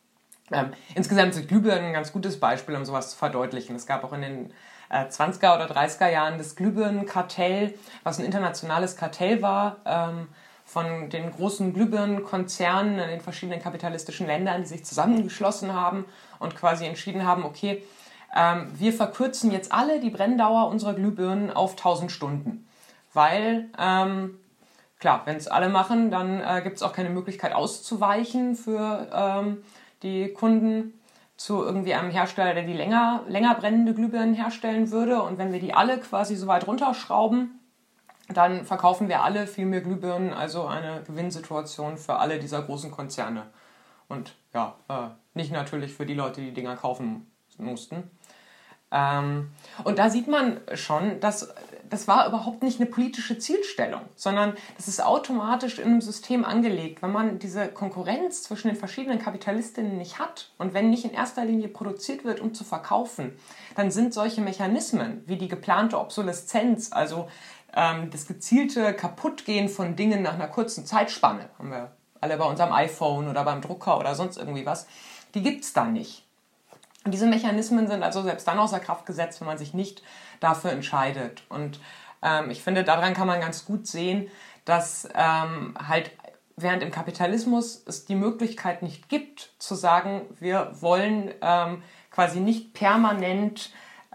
Insgesamt sind Glühbirnen ein ganz gutes Beispiel, um sowas zu verdeutlichen. Es gab auch in den 20er oder 30er Jahren das Glühbirnenkartell, was ein internationales Kartell war von den großen Glühbirnenkonzernen in den verschiedenen kapitalistischen Ländern, die sich zusammengeschlossen haben und quasi entschieden haben, okay, wir verkürzen jetzt alle die Brenndauer unserer Glühbirnen auf 1000 Stunden. Weil, klar, wenn es alle machen, dann gibt es auch keine Möglichkeit auszuweichen für die Kunden zu irgendwie einem Hersteller, der die länger brennende Glühbirnen herstellen würde. Und wenn wir die alle quasi so weit runterschrauben, dann verkaufen wir alle viel mehr Glühbirnen, also eine Gewinnsituation für alle dieser großen Konzerne. Und ja, nicht natürlich für die Leute, die Dinger kaufen mussten. Und da sieht man schon, dass das war überhaupt nicht eine politische Zielstellung, sondern das ist automatisch in einem System angelegt. Wenn man diese Konkurrenz zwischen den verschiedenen Kapitalistinnen nicht hat und wenn nicht in erster Linie produziert wird, um zu verkaufen, dann sind solche Mechanismen wie die geplante Obsoleszenz, also das gezielte Kaputtgehen von Dingen nach einer kurzen Zeitspanne, haben wir alle bei unserem iPhone oder beim Drucker oder sonst irgendwie was, die gibt es da nicht. Und diese Mechanismen sind also selbst dann außer Kraft gesetzt, wenn man sich nicht dafür entscheidet. Und ich finde, daran kann man ganz gut sehen, dass halt während im Kapitalismus es die Möglichkeit nicht gibt, zu sagen, wir wollen quasi nicht permanent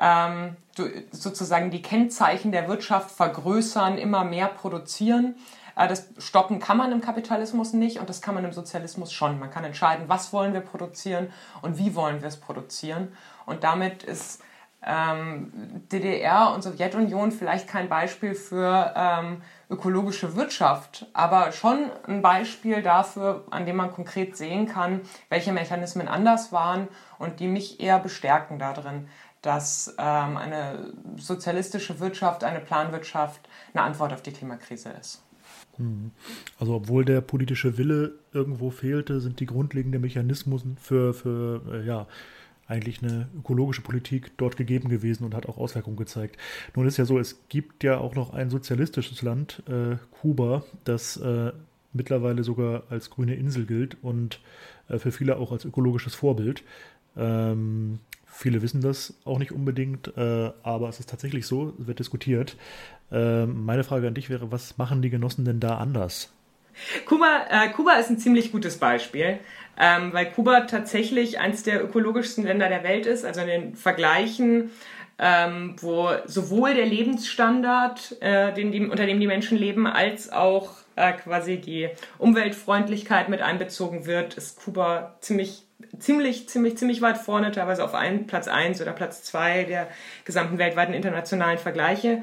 sozusagen die Kennzeichen der Wirtschaft vergrößern, immer mehr produzieren. Das stoppen kann man im Kapitalismus nicht und das kann man im Sozialismus schon. Man kann entscheiden, was wollen wir produzieren und wie wollen wir es produzieren. Und damit ist DDR und Sowjetunion vielleicht kein Beispiel für ökologische Wirtschaft, aber schon ein Beispiel dafür, an dem man konkret sehen kann, welche Mechanismen anders waren und die mich eher bestärken darin, dass eine sozialistische Wirtschaft, eine Planwirtschaft eine Antwort auf die Klimakrise ist. Also obwohl der politische Wille irgendwo fehlte, sind die grundlegenden Mechanismen für eigentlich eine ökologische Politik dort gegeben gewesen und hat auch Auswirkungen gezeigt. Nun ist ja so, es gibt ja auch noch ein sozialistisches Land, Kuba, das mittlerweile sogar als grüne Insel gilt und für viele auch als ökologisches Vorbild. Viele wissen das auch nicht unbedingt, aber es ist tatsächlich so, es wird diskutiert. Meine Frage an dich wäre, was machen die Genossen denn da anders? Kuba ist ein ziemlich gutes Beispiel, weil Kuba tatsächlich eines der ökologischsten Länder der Welt ist, also in den Vergleichen, wo sowohl der Lebensstandard, unter dem die Menschen leben, als auch quasi die Umweltfreundlichkeit mit einbezogen wird, ist Kuba ziemlich weit vorne, teilweise auf Platz 1 oder Platz 2 der gesamten weltweiten internationalen Vergleiche.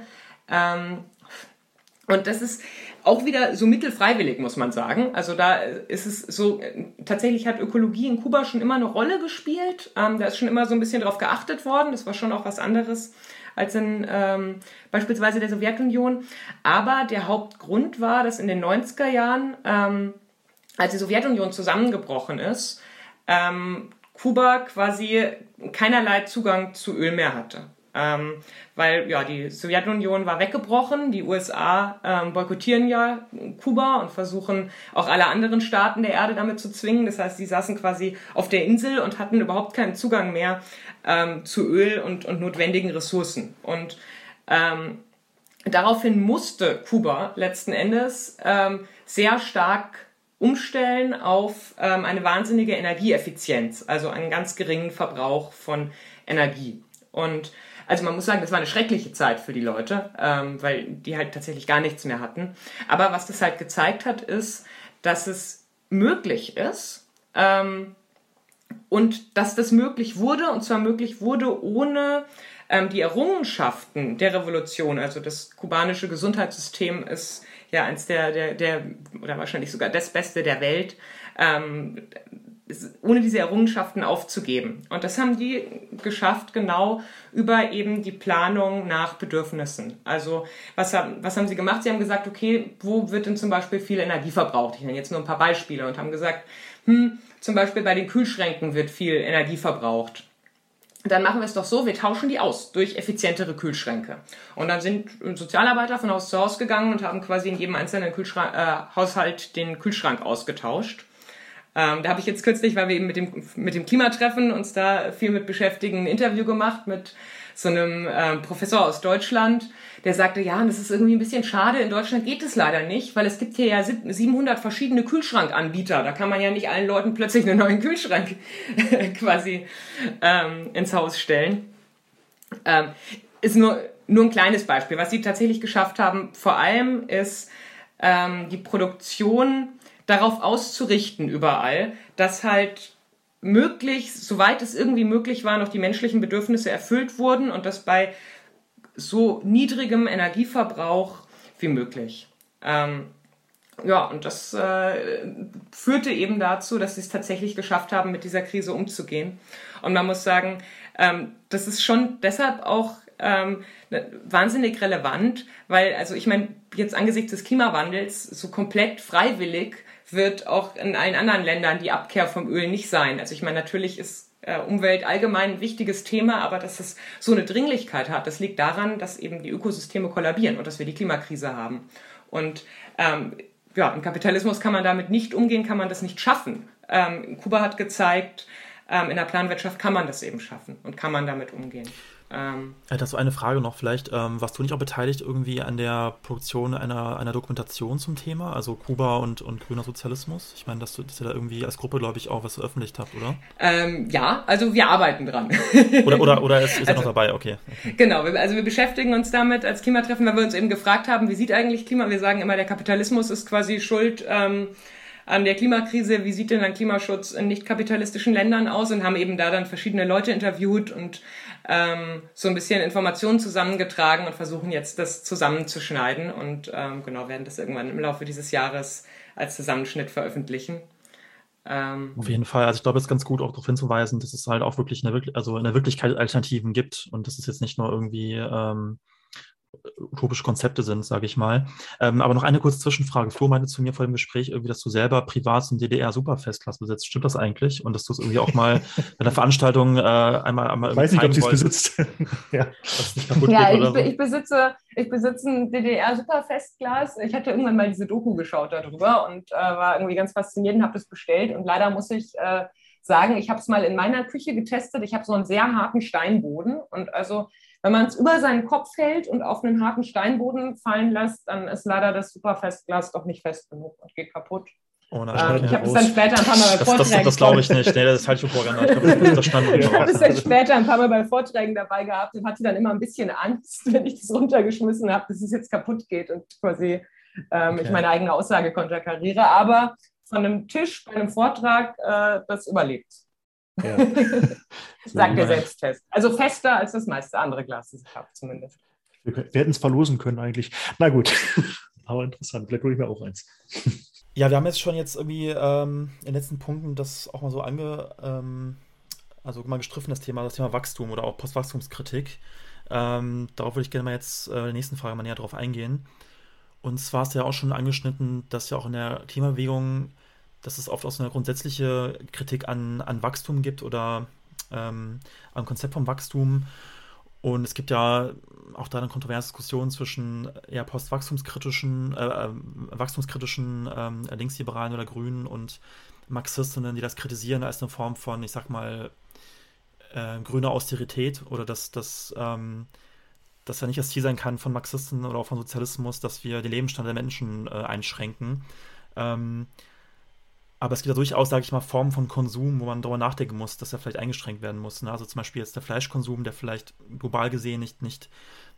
Und das ist auch wieder so mittelfreiwillig, muss man sagen. Also da ist es so, tatsächlich hat Ökologie in Kuba schon immer eine Rolle gespielt. Da ist schon immer so ein bisschen drauf geachtet worden. Das war schon auch was anderes als in beispielsweise der Sowjetunion. Aber der Hauptgrund war, dass in den 90er Jahren, als die Sowjetunion zusammengebrochen ist, Kuba quasi keinerlei Zugang zu Öl mehr hatte. Weil ja, die Sowjetunion war weggebrochen, die USA boykottieren ja Kuba und versuchen auch alle anderen Staaten der Erde damit zu zwingen. Das heißt, die saßen quasi auf der Insel und hatten überhaupt keinen Zugang mehr zu Öl und notwendigen Ressourcen. Und daraufhin musste Kuba letzten Endes sehr stark umstellen auf eine wahnsinnige Energieeffizienz, also einen ganz geringen Verbrauch von Energie. Und also man muss sagen, das war eine schreckliche Zeit für die Leute, weil die halt tatsächlich gar nichts mehr hatten. Aber was das halt gezeigt hat, ist, dass es möglich ist und dass das möglich wurde, und zwar möglich wurde ohne die Errungenschaften der Revolution. Also das kubanische Gesundheitssystem ist ja eins der oder wahrscheinlich sogar das Beste der Welt, ohne diese Errungenschaften aufzugeben. Und das haben die geschafft, genau über eben die Planung nach Bedürfnissen. Also was haben sie gemacht? Sie haben gesagt, okay, wo wird denn zum Beispiel viel Energie verbraucht? Ich nenne jetzt nur ein paar Beispiele und haben gesagt, zum Beispiel bei den Kühlschränken wird viel Energie verbraucht. Dann machen wir es doch so, wir tauschen die aus durch effizientere Kühlschränke. Und dann sind Sozialarbeiter von Haus zu Haus gegangen und haben quasi in jedem einzelnen Haushalt den Kühlschrank ausgetauscht. Da habe ich jetzt kürzlich, weil wir eben mit dem Klimatreffen uns da viel mit beschäftigen, ein Interview gemacht mit so einem Professor aus Deutschland, der sagte, ja, das ist irgendwie ein bisschen schade, in Deutschland geht es leider nicht, weil es gibt hier ja 700 verschiedene Kühlschrankanbieter, da kann man ja nicht allen Leuten plötzlich einen neuen Kühlschrank quasi ins Haus stellen. Ist nur ein kleines Beispiel. Was sie tatsächlich geschafft haben, vor allem ist die Produktion darauf auszurichten überall, dass halt möglichst, soweit es irgendwie möglich war, noch die menschlichen Bedürfnisse erfüllt wurden und das bei so niedrigem Energieverbrauch wie möglich. Ja, und das führte eben dazu, dass sie es tatsächlich geschafft haben, mit dieser Krise umzugehen. Und man muss sagen, das ist schon deshalb auch wahnsinnig relevant, weil, also ich meine, jetzt angesichts des Klimawandels so komplett freiwillig wird auch in allen anderen Ländern die Abkehr vom Öl nicht sein. Also ich meine, natürlich ist Umwelt allgemein ein wichtiges Thema, aber dass es so eine Dringlichkeit hat, das liegt daran, dass eben die Ökosysteme kollabieren und dass wir die Klimakrise haben. Und ja, im Kapitalismus kann man damit nicht umgehen, kann man das nicht schaffen. Kuba hat gezeigt, in der Planwirtschaft kann man das eben schaffen und kann man damit umgehen. Dazu eine Frage noch vielleicht. Warst du nicht auch beteiligt irgendwie an der Produktion einer Dokumentation zum Thema, also Kuba und grüner Sozialismus? Ich meine, dass ihr da irgendwie als Gruppe, glaube ich, auch was veröffentlicht habt, oder? Ja, also wir arbeiten dran. Oder ist er noch dabei? Okay. Genau, also wir beschäftigen uns damit als Klimatreffen, weil wir uns eben gefragt haben, wie sieht eigentlich Klima? Wir sagen immer, der Kapitalismus ist quasi schuld an der Klimakrise, wie sieht denn ein Klimaschutz in nicht kapitalistischen Ländern aus, und haben eben da dann verschiedene Leute interviewt und so ein bisschen Informationen zusammengetragen und versuchen jetzt das zusammenzuschneiden und genau, werden das irgendwann im Laufe dieses Jahres als Zusammenschnitt veröffentlichen. Auf jeden Fall. Also ich glaube, es ist ganz gut auch darauf hinzuweisen, dass es halt auch wirklich in der Wirklichkeit Alternativen gibt und dass es jetzt nicht nur irgendwie utopische Konzepte sind, sage ich mal. Aber noch eine kurze Zwischenfrage. Flo meinte zu mir vor dem Gespräch irgendwie, dass du selber privat so ein DDR-Superfestglas besitzt. Stimmt das eigentlich? Und dass du es irgendwie auch mal bei einer Veranstaltung einmal ich weiß nicht, ob sie es besitzt. Ja, dass es nicht kaputt ja, geht oder so. Ich besitze ein DDR-Superfestglas. Ich hatte irgendwann mal diese Doku geschaut darüber und war irgendwie ganz fasziniert und habe das bestellt. Und leider muss ich sagen, ich habe es mal in meiner Küche getestet, ich habe so einen sehr harten Steinboden und also wenn man es über seinen Kopf hält und auf einen harten Steinboden fallen lässt, dann ist leider das Superfestglas doch nicht fest genug und geht kaputt. Oh nein, ich habe es dann später ein paar Mal bei Vorträgen... Das glaube ich nicht. Nee, das ist falsche Propaganda. Ich habe es dann später ein paar Mal bei Vorträgen dabei gehabt und hatte dann immer ein bisschen Angst, wenn ich das runtergeschmissen habe, dass es jetzt kaputt geht und quasi ich meine eigene Aussage konterkariere. Aber von einem Tisch bei einem Vortrag, das überlebt. Ja. Sagt der Selbsttest. Also fester als das meiste andere Glas, das ich habe zumindest. Wir hätten es verlosen können eigentlich. Na gut, aber interessant. Vielleicht hole ich mir auch eins. Ja, wir haben jetzt schon irgendwie in den letzten Punkten das auch mal so also mal gestriffen, das Thema Wachstum oder auch Postwachstumskritik. Darauf würde ich gerne mal jetzt in der nächsten Frage mal näher drauf eingehen. Und zwar hast du ja auch schon angeschnitten, dass ja auch in der Klimabewegung, dass es oft auch so eine grundsätzliche Kritik an Wachstum gibt oder am Konzept vom Wachstum. Und es gibt ja auch da eine kontroverse Diskussion zwischen eher postwachstumskritischen, wachstumskritischen Linksliberalen oder Grünen und Marxistinnen, die das kritisieren als eine Form von, ich sag mal, grüne Austerität oder dass ja nicht das Ziel sein kann von Marxisten oder auch von Sozialismus, dass wir den Lebensstand der Menschen einschränken. Aber es gibt ja durchaus, sage ich mal, Formen von Konsum, wo man darüber nachdenken muss, dass er vielleicht eingeschränkt werden muss. Ne? Also zum Beispiel jetzt der Fleischkonsum, der vielleicht global gesehen nicht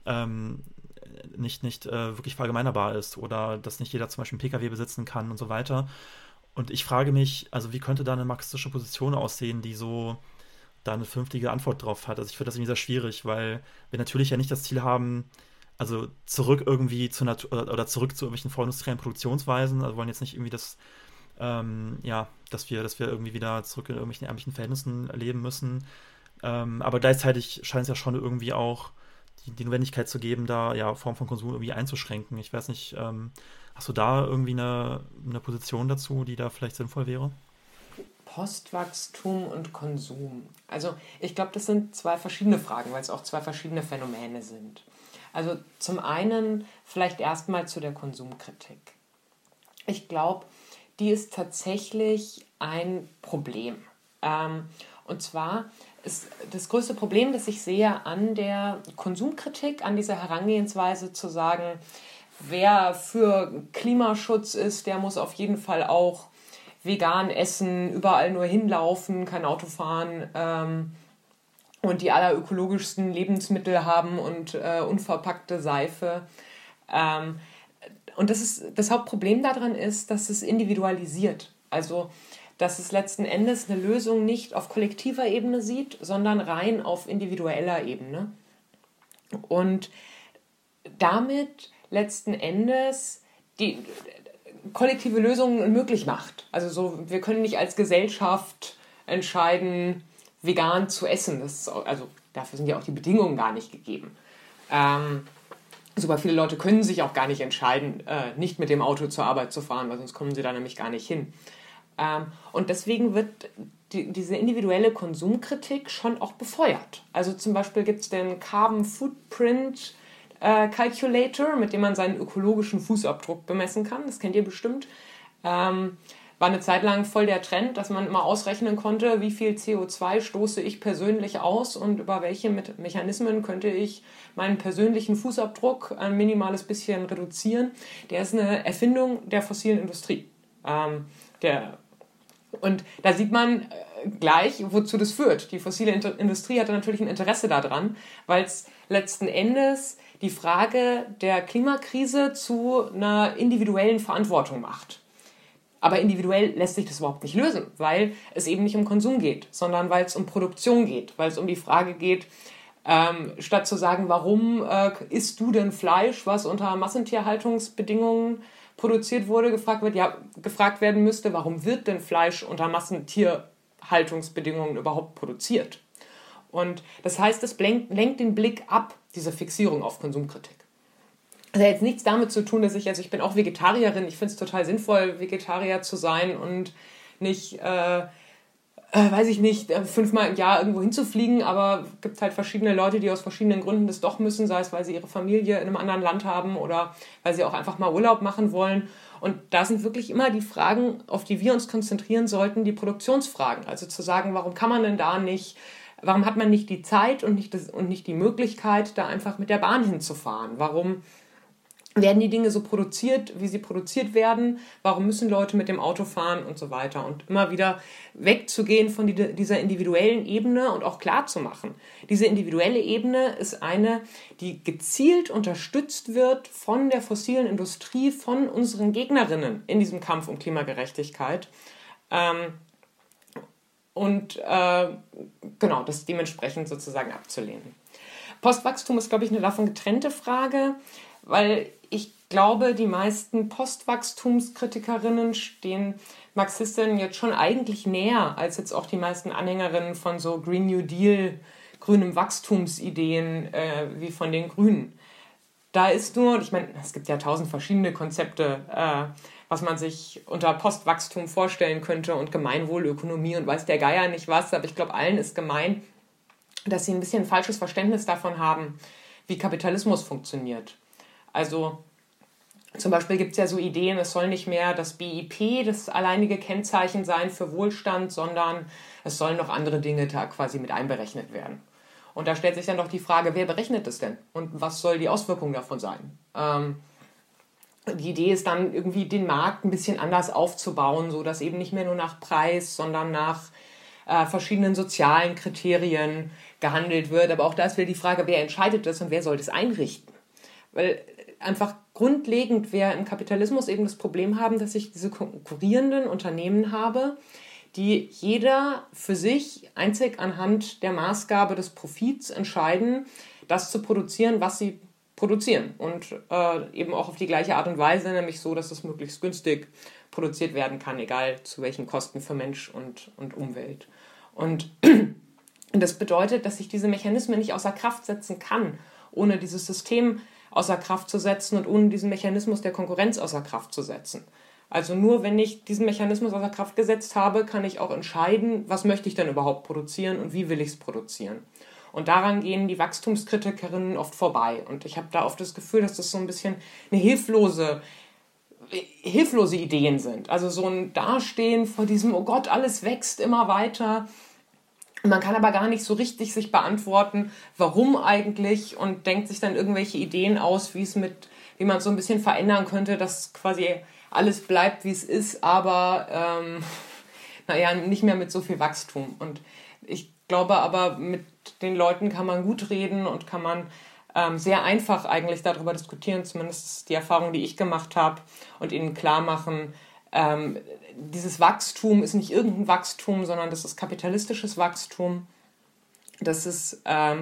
wirklich verallgemeinerbar ist oder dass nicht jeder zum Beispiel einen PKW besitzen kann und so weiter. Und ich frage mich, also wie könnte da eine marxistische Position aussehen, die so da eine vernünftige Antwort drauf hat? Also ich finde das irgendwie sehr schwierig, weil wir natürlich ja nicht das Ziel haben, also zurück irgendwie zur Natur oder zurück zu irgendwelchen vorindustriellen Produktionsweisen. Also wir wollen jetzt nicht irgendwie dass wir irgendwie wieder zurück in irgendwelchen ärmlichen Verhältnissen leben müssen. Aber gleichzeitig scheint es ja schon irgendwie auch die Notwendigkeit zu geben, da ja Form von Konsum irgendwie einzuschränken. Ich weiß nicht, hast du da irgendwie eine Position dazu, die da vielleicht sinnvoll wäre? Postwachstum und Konsum. Also ich glaube, das sind zwei verschiedene Fragen, weil es auch zwei verschiedene Phänomene sind. Also zum einen vielleicht erstmal zu der Konsumkritik. Ich glaube, die ist tatsächlich ein Problem. Und zwar ist das größte Problem, das ich sehe an der Konsumkritik, an dieser Herangehensweise zu sagen, wer für Klimaschutz ist, der muss auf jeden Fall auch vegan essen, überall nur hinlaufen, kein Auto fahren und die allerökologischsten Lebensmittel haben und unverpackte Seife. Und das Hauptproblem daran ist, dass es individualisiert. Also, dass es letzten Endes eine Lösung nicht auf kollektiver Ebene sieht, sondern rein auf individueller Ebene. Und damit letzten Endes die kollektive Lösungen möglich macht. Also so, wir können nicht als Gesellschaft entscheiden, vegan zu essen. Also dafür sind ja auch die Bedingungen gar nicht gegeben. Super viele Leute können sich auch gar nicht entscheiden, nicht mit dem Auto zur Arbeit zu fahren, weil sonst kommen sie da nämlich gar nicht hin. Und deswegen wird diese individuelle Konsumkritik schon auch befeuert. Also zum Beispiel gibt es den Carbon Footprint Calculator, mit dem man seinen ökologischen Fußabdruck bemessen kann. Das kennt ihr bestimmt. War eine Zeit lang voll der Trend, dass man immer ausrechnen konnte, wie viel CO2 stoße ich persönlich aus und über welche Mechanismen könnte ich meinen persönlichen Fußabdruck ein minimales bisschen reduzieren. Der ist eine Erfindung der fossilen Industrie. Und da sieht man gleich, wozu das führt. Die fossile Industrie hatte natürlich ein Interesse daran, weil es letzten Endes die Frage der Klimakrise zu einer individuellen Verantwortung macht. Aber individuell lässt sich das überhaupt nicht lösen, weil es eben nicht um Konsum geht, sondern weil es um Produktion geht, weil es um die Frage geht, statt zu sagen, warum isst du denn Fleisch, was unter Massentierhaltungsbedingungen produziert wurde, gefragt werden müsste, warum wird denn Fleisch unter Massentierhaltungsbedingungen überhaupt produziert? Und das heißt, es lenkt den Blick ab, diese Fixierung auf Konsumkritik. Das hat jetzt nichts damit zu tun, dass ich bin auch Vegetarierin, ich finde es total sinnvoll, Vegetarier zu sein und nicht weiß ich nicht, 5-mal im Jahr irgendwo hinzufliegen, aber es gibt halt verschiedene Leute, die aus verschiedenen Gründen das doch müssen, sei es, weil sie ihre Familie in einem anderen Land haben oder weil sie auch einfach mal Urlaub machen wollen. Und da sind wirklich immer die Fragen, auf die wir uns konzentrieren sollten, die Produktionsfragen. Also zu sagen, warum kann man denn da nicht, warum hat man nicht die Zeit und nicht die Möglichkeit, da einfach mit der Bahn hinzufahren? Warum werden die Dinge so produziert, wie sie produziert werden? Warum müssen Leute mit dem Auto fahren und so weiter? Und immer wieder wegzugehen von dieser individuellen Ebene und auch klar zu machen. Diese individuelle Ebene ist eine, die gezielt unterstützt wird von der fossilen Industrie, von unseren Gegnerinnen in diesem Kampf um Klimagerechtigkeit. Genau, das dementsprechend sozusagen abzulehnen. Postwachstum ist, glaube ich, eine davon getrennte Frage, weil ich glaube, die meisten Postwachstumskritikerinnen stehen Marxistinnen jetzt schon eigentlich näher als jetzt auch die meisten Anhängerinnen von so Green New Deal, grünem Wachstumsideen wie von den Grünen. Da ist nur, ich meine, es gibt ja 1000 verschiedene Konzepte, was man sich unter Postwachstum vorstellen könnte und Gemeinwohlökonomie und weiß der Geier nicht was, aber ich glaube, allen ist gemein, dass sie ein bisschen ein falsches Verständnis davon haben, wie Kapitalismus funktioniert. Also zum Beispiel gibt es ja so Ideen, es soll nicht mehr das BIP das alleinige Kennzeichen sein für Wohlstand, sondern es sollen noch andere Dinge da quasi mit einberechnet werden. Und da stellt sich dann doch die Frage, wer berechnet das denn? Und was soll die Auswirkung davon sein? Die Idee ist dann irgendwie, den Markt ein bisschen anders aufzubauen, sodass eben nicht mehr nur nach Preis, sondern nach verschiedenen sozialen Kriterien gehandelt wird. Aber auch da ist wieder die Frage, wer entscheidet das und wer soll das einrichten? Weil einfach grundlegend wir im Kapitalismus eben das Problem haben, dass ich diese konkurrierenden Unternehmen habe, die jeder für sich einzig anhand der Maßgabe des Profits entscheiden, das zu produzieren, was sie produzieren. Und eben auch auf die gleiche Art und Weise, nämlich so, dass es möglichst günstig produziert werden kann, egal zu welchen Kosten für Mensch und Umwelt. Und das bedeutet, dass ich diese Mechanismen nicht außer Kraft setzen kann, ohne dieses System außer Kraft zu setzen und ohne diesen Mechanismus der Konkurrenz außer Kraft zu setzen. Also nur wenn ich diesen Mechanismus außer Kraft gesetzt habe, kann ich auch entscheiden, was möchte ich denn überhaupt produzieren und wie will ich es produzieren. Und daran gehen die Wachstumskritikerinnen oft vorbei. Und ich habe da oft das Gefühl, dass das so ein bisschen eine hilflose Ideen sind. Also so ein Dastehen vor diesem, oh Gott, alles wächst immer weiter. Man kann aber gar nicht so richtig sich beantworten, warum eigentlich, und denkt sich dann irgendwelche Ideen aus, wie man es so ein bisschen verändern könnte, dass quasi alles bleibt, wie es ist, aber nicht mehr mit so viel Wachstum. Und ich glaube aber, mit den Leuten kann man gut reden und kann man sehr einfach eigentlich darüber diskutieren, zumindest die Erfahrung, die ich gemacht habe, und ihnen klar machen, dieses Wachstum ist nicht irgendein Wachstum, sondern das ist kapitalistisches Wachstum. Das ist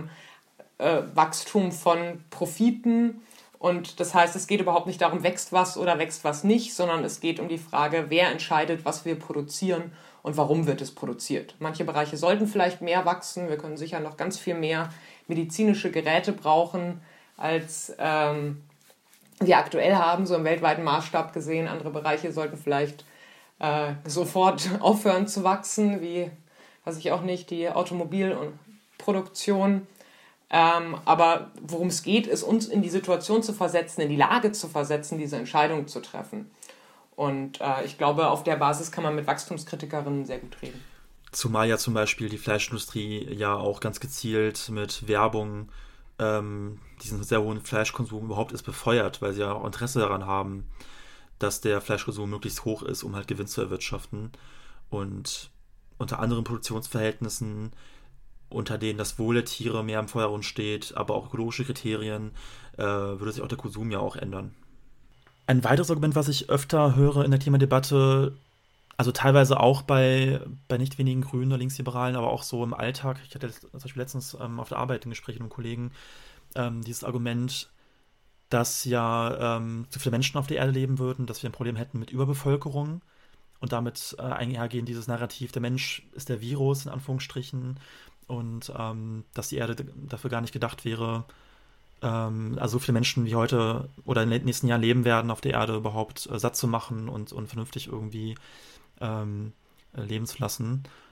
Wachstum von Profiten. Und das heißt, es geht überhaupt nicht darum, wächst was oder wächst was nicht, sondern es geht um die Frage, wer entscheidet, was wir produzieren und warum wird es produziert. Manche Bereiche sollten vielleicht mehr wachsen. Wir können sicher noch ganz viel mehr medizinische Geräte brauchen, als wir aktuell haben, so im weltweiten Maßstab gesehen. Andere Bereiche sollten vielleicht sofort aufhören zu wachsen, wie, weiß ich auch nicht, die Automobilproduktion. Aber worum es geht, ist, uns in die Situation zu versetzen, in die Lage zu versetzen, diese Entscheidung zu treffen. Und ich glaube, auf der Basis kann man mit Wachstumskritikerinnen sehr gut reden. Zumal ja zum Beispiel die Fleischindustrie ja auch ganz gezielt mit Werbung diesen sehr hohen Fleischkonsum überhaupt erst befeuert, weil sie ja auch Interesse daran haben, dass der Fleischkonsum möglichst hoch ist, um halt Gewinn zu erwirtschaften. Und unter anderen Produktionsverhältnissen, unter denen das Wohl der Tiere mehr im Vordergrund steht, aber auch ökologische Kriterien, würde sich auch der Konsum ja auch ändern. Ein weiteres Argument, was ich öfter höre in der Klimadebatte, also teilweise auch bei nicht wenigen Grünen oder Linksliberalen, aber auch so im Alltag. Ich hatte zum Beispiel letztens auf der Arbeit ein Gespräch mit einem Kollegen, dieses Argument, dass ja zu viele Menschen auf der Erde leben würden, dass wir ein Problem hätten mit Überbevölkerung und damit einhergehen dieses Narrativ, der Mensch ist der Virus, in Anführungsstrichen, und dass die Erde dafür gar nicht gedacht wäre, also so viele Menschen wie heute oder in den nächsten Jahren leben werden auf der Erde überhaupt satt zu machen und vernünftig irgendwie leben zu lassen.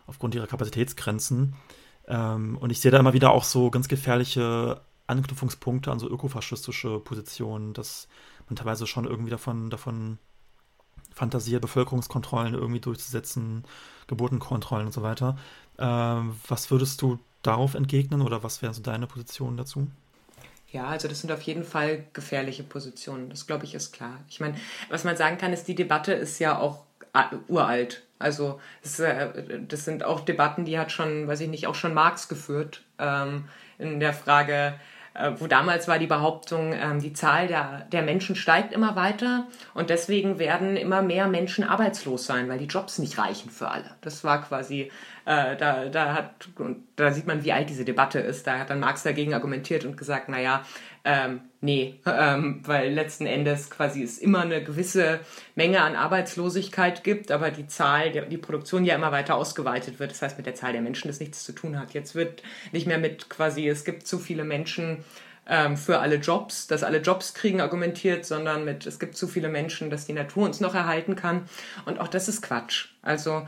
aufgrund ihrer Kapazitätsgrenzen. Und ich sehe da immer wieder auch so ganz gefährliche Anknüpfungspunkte an so ökofaschistische Positionen, dass man teilweise schon irgendwie davon fantasiert, Bevölkerungskontrollen irgendwie durchzusetzen, Geburtenkontrollen und so weiter. Was würdest du darauf entgegnen oder was wäre so deine Position dazu? Ja, also das sind auf jeden Fall gefährliche Positionen. Das, glaube ich, ist klar. Ich meine, was man sagen kann, ist, die Debatte ist ja auch uralt. Also das sind auch Debatten, die hat schon, weiß ich nicht, auch schon Marx geführt, in der Frage, wo damals war die Behauptung, die Zahl der Menschen steigt immer weiter und deswegen werden immer mehr Menschen arbeitslos sein, weil die Jobs nicht reichen für alle. Das war quasi, da sieht man, wie alt diese Debatte ist. Da hat dann Marx dagegen argumentiert und gesagt, naja, nee, weil letzten Endes quasi es immer eine gewisse Menge an Arbeitslosigkeit gibt, aber die Produktion ja immer weiter ausgeweitet wird. Das heißt, mit der Zahl der Menschen das nichts zu tun hat. Jetzt wird nicht mehr mit quasi, es gibt zu viele Menschen für alle Jobs, dass alle Jobs kriegen, argumentiert, sondern mit, es gibt zu viele Menschen, dass die Natur uns noch erhalten kann. Und auch das ist Quatsch. Also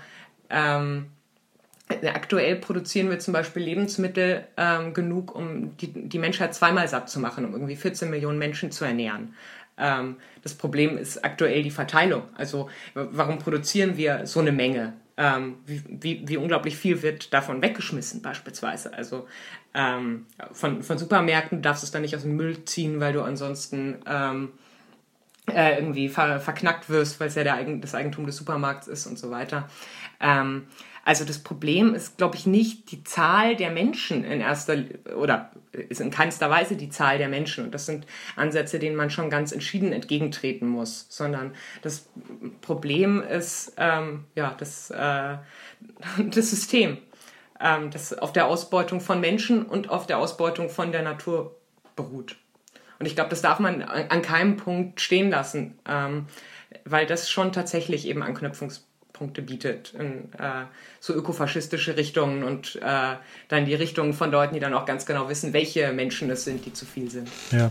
aktuell produzieren wir zum Beispiel Lebensmittel genug, um die Menschheit zweimal satt zu machen, um irgendwie 14 Millionen Menschen zu ernähren. Das Problem ist aktuell die Verteilung. Also warum produzieren wir so eine Menge? Wie unglaublich viel wird davon weggeschmissen beispielsweise. Also von Supermärkten darfst du es dann nicht aus dem Müll ziehen, weil du ansonsten irgendwie verknackt wirst, weil es ja das Eigentum des Supermarkts ist und so weiter. Also das Problem ist, glaube ich, nicht die Zahl der Menschen oder ist in keinster Weise die Zahl der Menschen. Und das sind Ansätze, denen man schon ganz entschieden entgegentreten muss. Sondern das Problem ist das System, das auf der Ausbeutung von Menschen und auf der Ausbeutung von der Natur beruht. Und ich glaube, das darf man an keinem Punkt stehen lassen, weil das schon tatsächlich eben Anknüpfungspunkte bietet in so ökofaschistische Richtungen und dann die Richtungen von Leuten, die dann auch ganz genau wissen, welche Menschen es sind, die zu viel sind. Ja.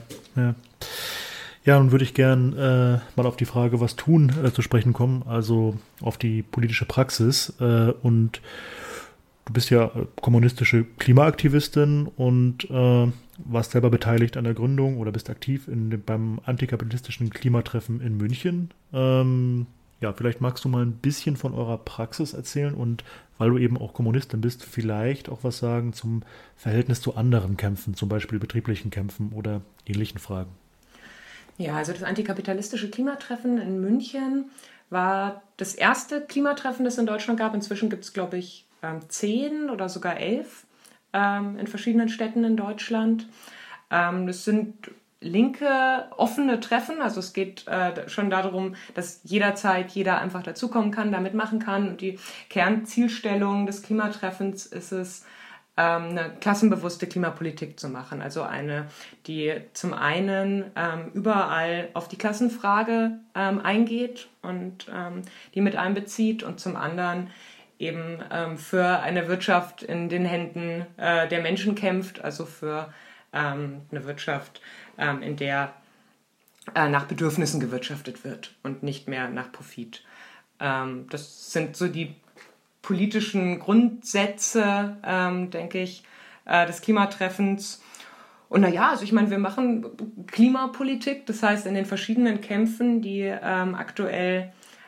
Ja, nun würde ich gern mal auf die Frage, was tun, zu sprechen kommen, also auf die politische Praxis. Und du bist ja kommunistische Klimaaktivistin und warst selber beteiligt an der Gründung oder bist aktiv beim antikapitalistischen Klimatreffen in München. Vielleicht magst du mal ein bisschen von eurer Praxis erzählen und weil du eben auch Kommunistin bist, vielleicht auch was sagen zum Verhältnis zu anderen Kämpfen, zum Beispiel betrieblichen Kämpfen oder ähnlichen Fragen. Ja, also das antikapitalistische Klimatreffen in München war das erste Klimatreffen, das es in Deutschland gab. Inzwischen gibt es, glaube ich, 10 oder sogar 11 in verschiedenen Städten in Deutschland. Das sind linke, offene Treffen. Also es geht schon darum, dass jederzeit jeder einfach dazukommen kann, da mitmachen kann. Und die Kernzielstellung des Klimatreffens ist es, eine klassenbewusste Klimapolitik zu machen. Also eine, die zum einen überall auf die Klassenfrage eingeht und die mit einbezieht und zum anderen eben für eine Wirtschaft in den Händen der Menschen kämpft, also für eine Wirtschaft, in der nach Bedürfnissen gewirtschaftet wird und nicht mehr nach Profit. Das sind so die politischen Grundsätze, denke ich, des Klimatreffens. Und also ich meine, wir machen Klimapolitik, das heißt in den verschiedenen Kämpfen, die aktuell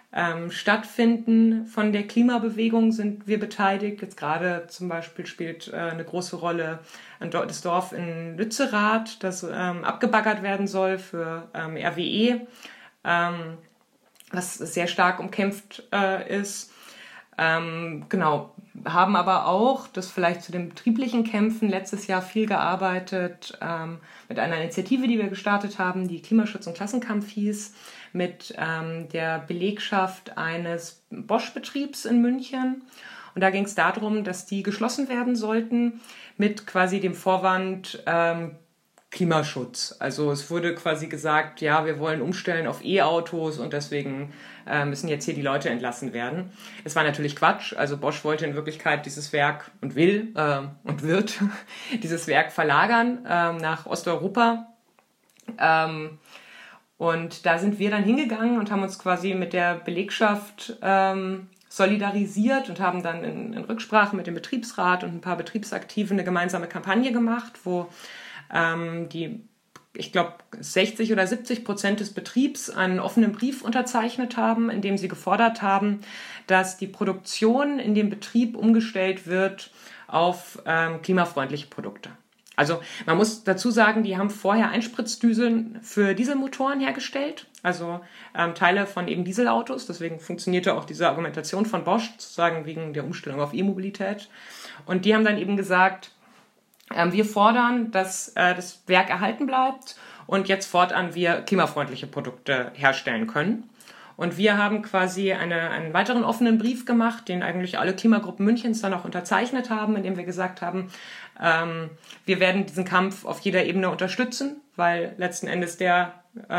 stattfinden von der Klimabewegung, sind wir beteiligt. Jetzt gerade zum Beispiel spielt eine große Rolle das Dorf in Lützerath, das abgebaggert werden soll für RWE, was sehr stark umkämpft ist. Haben aber auch, das vielleicht zu den betrieblichen Kämpfen, letztes Jahr viel gearbeitet mit einer Initiative, die wir gestartet haben, die Klimaschutz und Klassenkampf hieß, mit der Belegschaft eines Bosch-Betriebs in München. Und da ging es darum, dass die geschlossen werden sollten mit quasi dem Vorwand Klimaschutz. Also es wurde quasi gesagt, ja, wir wollen umstellen auf E-Autos und deswegen müssen jetzt hier die Leute entlassen werden. Das war natürlich Quatsch. Also Bosch wollte in Wirklichkeit dieses Werk und will und wird dieses Werk verlagern nach Osteuropa. Und da sind wir dann hingegangen und haben uns quasi mit der Belegschaft solidarisiert und haben dann in Rücksprache mit dem Betriebsrat und ein paar Betriebsaktiven eine gemeinsame Kampagne gemacht, wo ich glaube, 60 oder 70% des Betriebs einen offenen Brief unterzeichnet haben, in dem sie gefordert haben, dass die Produktion in dem Betrieb umgestellt wird auf klimafreundliche Produkte. Also man muss dazu sagen, die haben vorher Einspritzdüsen für Dieselmotoren hergestellt, also Teile von eben Dieselautos. Deswegen funktionierte auch diese Argumentation von Bosch, sozusagen wegen der Umstellung auf E-Mobilität. Und die haben dann eben gesagt, wir fordern, dass das Werk erhalten bleibt und jetzt fortan wir klimafreundliche Produkte herstellen können. Und wir haben quasi einen weiteren offenen Brief gemacht, den eigentlich alle Klimagruppen Münchens dann auch unterzeichnet haben, in dem wir gesagt haben, wir werden diesen Kampf auf jeder Ebene unterstützen, weil letzten Endes der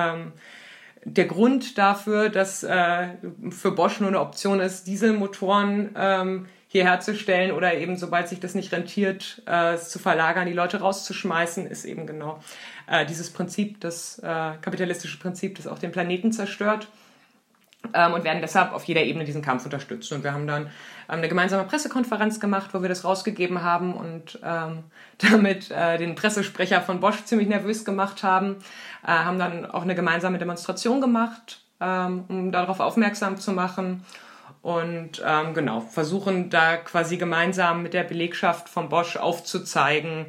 Grund dafür, dass für Bosch nur eine Option ist, Dieselmotoren hier herzustellen oder eben, sobald sich das nicht rentiert, zu verlagern, die Leute rauszuschmeißen, ist eben genau dieses Prinzip, das kapitalistische Prinzip, das auch den Planeten zerstört. Und werden deshalb auf jeder Ebene diesen Kampf unterstützen. Und wir haben dann eine gemeinsame Pressekonferenz gemacht, wo wir das rausgegeben haben und damit den Pressesprecher von Bosch ziemlich nervös gemacht haben, haben dann auch eine gemeinsame Demonstration gemacht, um darauf aufmerksam zu machen und versuchen da quasi gemeinsam mit der Belegschaft von Bosch aufzuzeigen,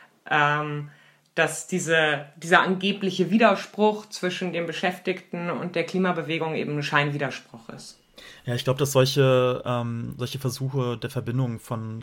dass dieser angebliche Widerspruch zwischen den Beschäftigten und der Klimabewegung eben ein Scheinwiderspruch ist. Ja, ich glaube, dass solche Versuche der Verbindung von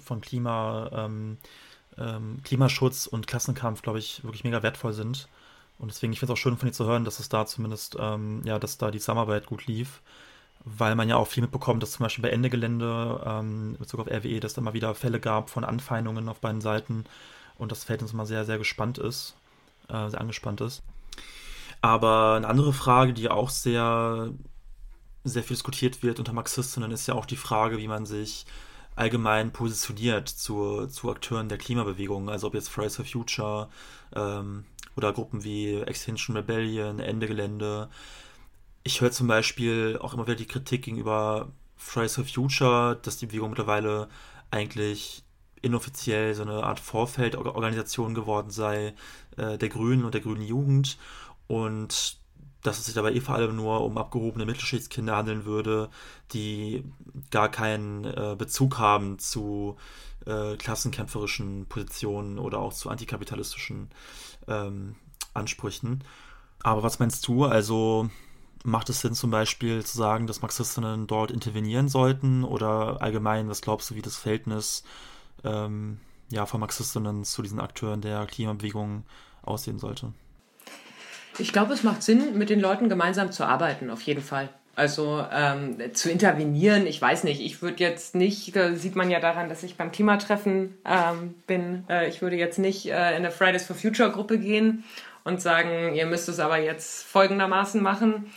Klimaschutz und Klassenkampf, glaube ich, wirklich mega wertvoll sind. Und deswegen, ich finde es auch schön von dir zu hören, dass es da zumindest, dass da die Zusammenarbeit gut lief. Weil man ja auch viel mitbekommt, dass zum Beispiel bei Ende Gelände, in Bezug auf RWE, dass da mal wieder Fälle gab von Anfeindungen auf beiden Seiten. Und das Verhältnis mal sehr, sehr gespannt ist, sehr angespannt ist. Aber eine andere Frage, die auch sehr, sehr viel diskutiert wird unter Marxistinnen, ist ja auch die Frage, wie man sich allgemein positioniert zu Akteuren der Klimabewegung. Also ob jetzt Fridays for Future oder Gruppen wie Extinction Rebellion, Ende Gelände. Ich höre zum Beispiel auch immer wieder die Kritik gegenüber Fridays for Future, dass die Bewegung mittlerweile eigentlich inoffiziell so eine Art Vorfeldorganisation geworden sei, der Grünen und der grünen Jugend, und dass es sich dabei vor allem nur um abgehobene Mittelschichtskinder handeln würde, die gar keinen Bezug haben zu klassenkämpferischen Positionen oder auch zu antikapitalistischen Ansprüchen. Aber was meinst du? Also macht es Sinn zum Beispiel zu sagen, dass Marxistinnen dort intervenieren sollten, oder allgemein, was glaubst du, wie das Verhältnis von Marxistinnen zu diesen Akteuren der Klimabewegung aussehen sollte? Ich glaube, es macht Sinn, mit den Leuten gemeinsam zu arbeiten, auf jeden Fall. Also zu intervenieren, ich weiß nicht, ich würde jetzt nicht, sieht man ja daran, dass ich beim Klimatreffen bin, ich würde jetzt nicht in eine Fridays for Future Gruppe gehen und sagen, ihr müsst es aber jetzt folgendermaßen machen.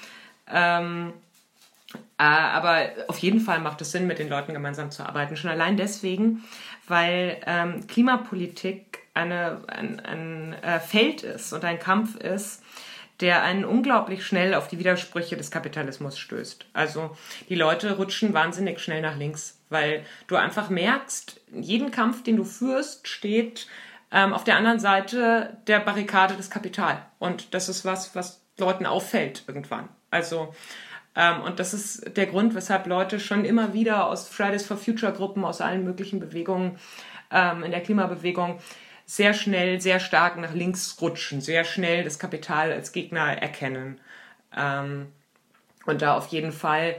Aber auf jeden Fall macht es Sinn, mit den Leuten gemeinsam zu arbeiten. Schon allein deswegen, weil Klimapolitik ein Feld ist und ein Kampf ist, der einen unglaublich schnell auf die Widersprüche des Kapitalismus stößt. Also die Leute rutschen wahnsinnig schnell nach links, weil du einfach merkst, jeden Kampf, den du führst, steht auf der anderen Seite der Barrikade des Kapital. Und das ist was Leuten auffällt irgendwann. Also und das ist der Grund, weshalb Leute schon immer wieder aus Fridays for Future Gruppen, aus allen möglichen Bewegungen in der Klimabewegung sehr schnell, sehr stark nach links rutschen, sehr schnell das Kapital als Gegner erkennen. Und da auf jeden Fall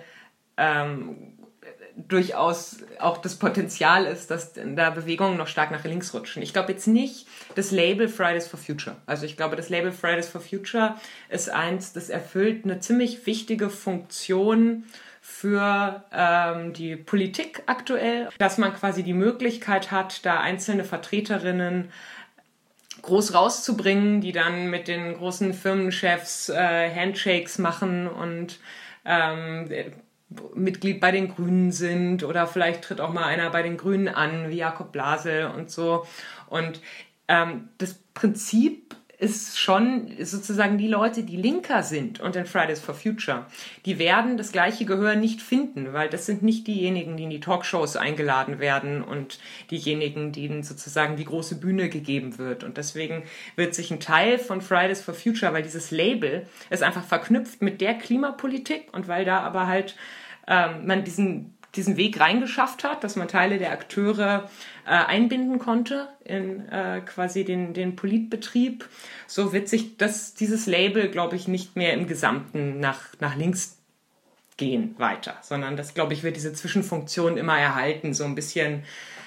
durchaus auch das Potenzial ist, dass da Bewegungen noch stark nach links rutschen. Ich glaube jetzt nicht das Label Fridays for Future. Also ich glaube, das Label Fridays for Future ist eins, das erfüllt eine ziemlich wichtige Funktion für die Politik aktuell, dass man quasi die Möglichkeit hat, da einzelne Vertreterinnen groß rauszubringen, die dann mit den großen Firmenchefs Handshakes machen und Mitglied bei den Grünen sind, oder vielleicht tritt auch mal einer bei den Grünen an, wie Jakob Blasel und so. Und das Prinzip ist schon sozusagen die Leute, die linker sind und in Fridays for Future, die werden das gleiche Gehör nicht finden, weil das sind nicht diejenigen, die in die Talkshows eingeladen werden und diejenigen, denen sozusagen die große Bühne gegeben wird. Und deswegen wird sich ein Teil von Fridays for Future, weil dieses Label ist einfach verknüpft mit der Klimapolitik und weil da aber halt man diesen Weg reingeschafft hat, dass man Teile der Akteure einbinden konnte in quasi den Politbetrieb, so wird sich dieses Label, glaube ich, nicht mehr im Gesamten nach links gehen weiter, sondern das, glaube ich, wird diese Zwischenfunktion immer erhalten, so ein bisschen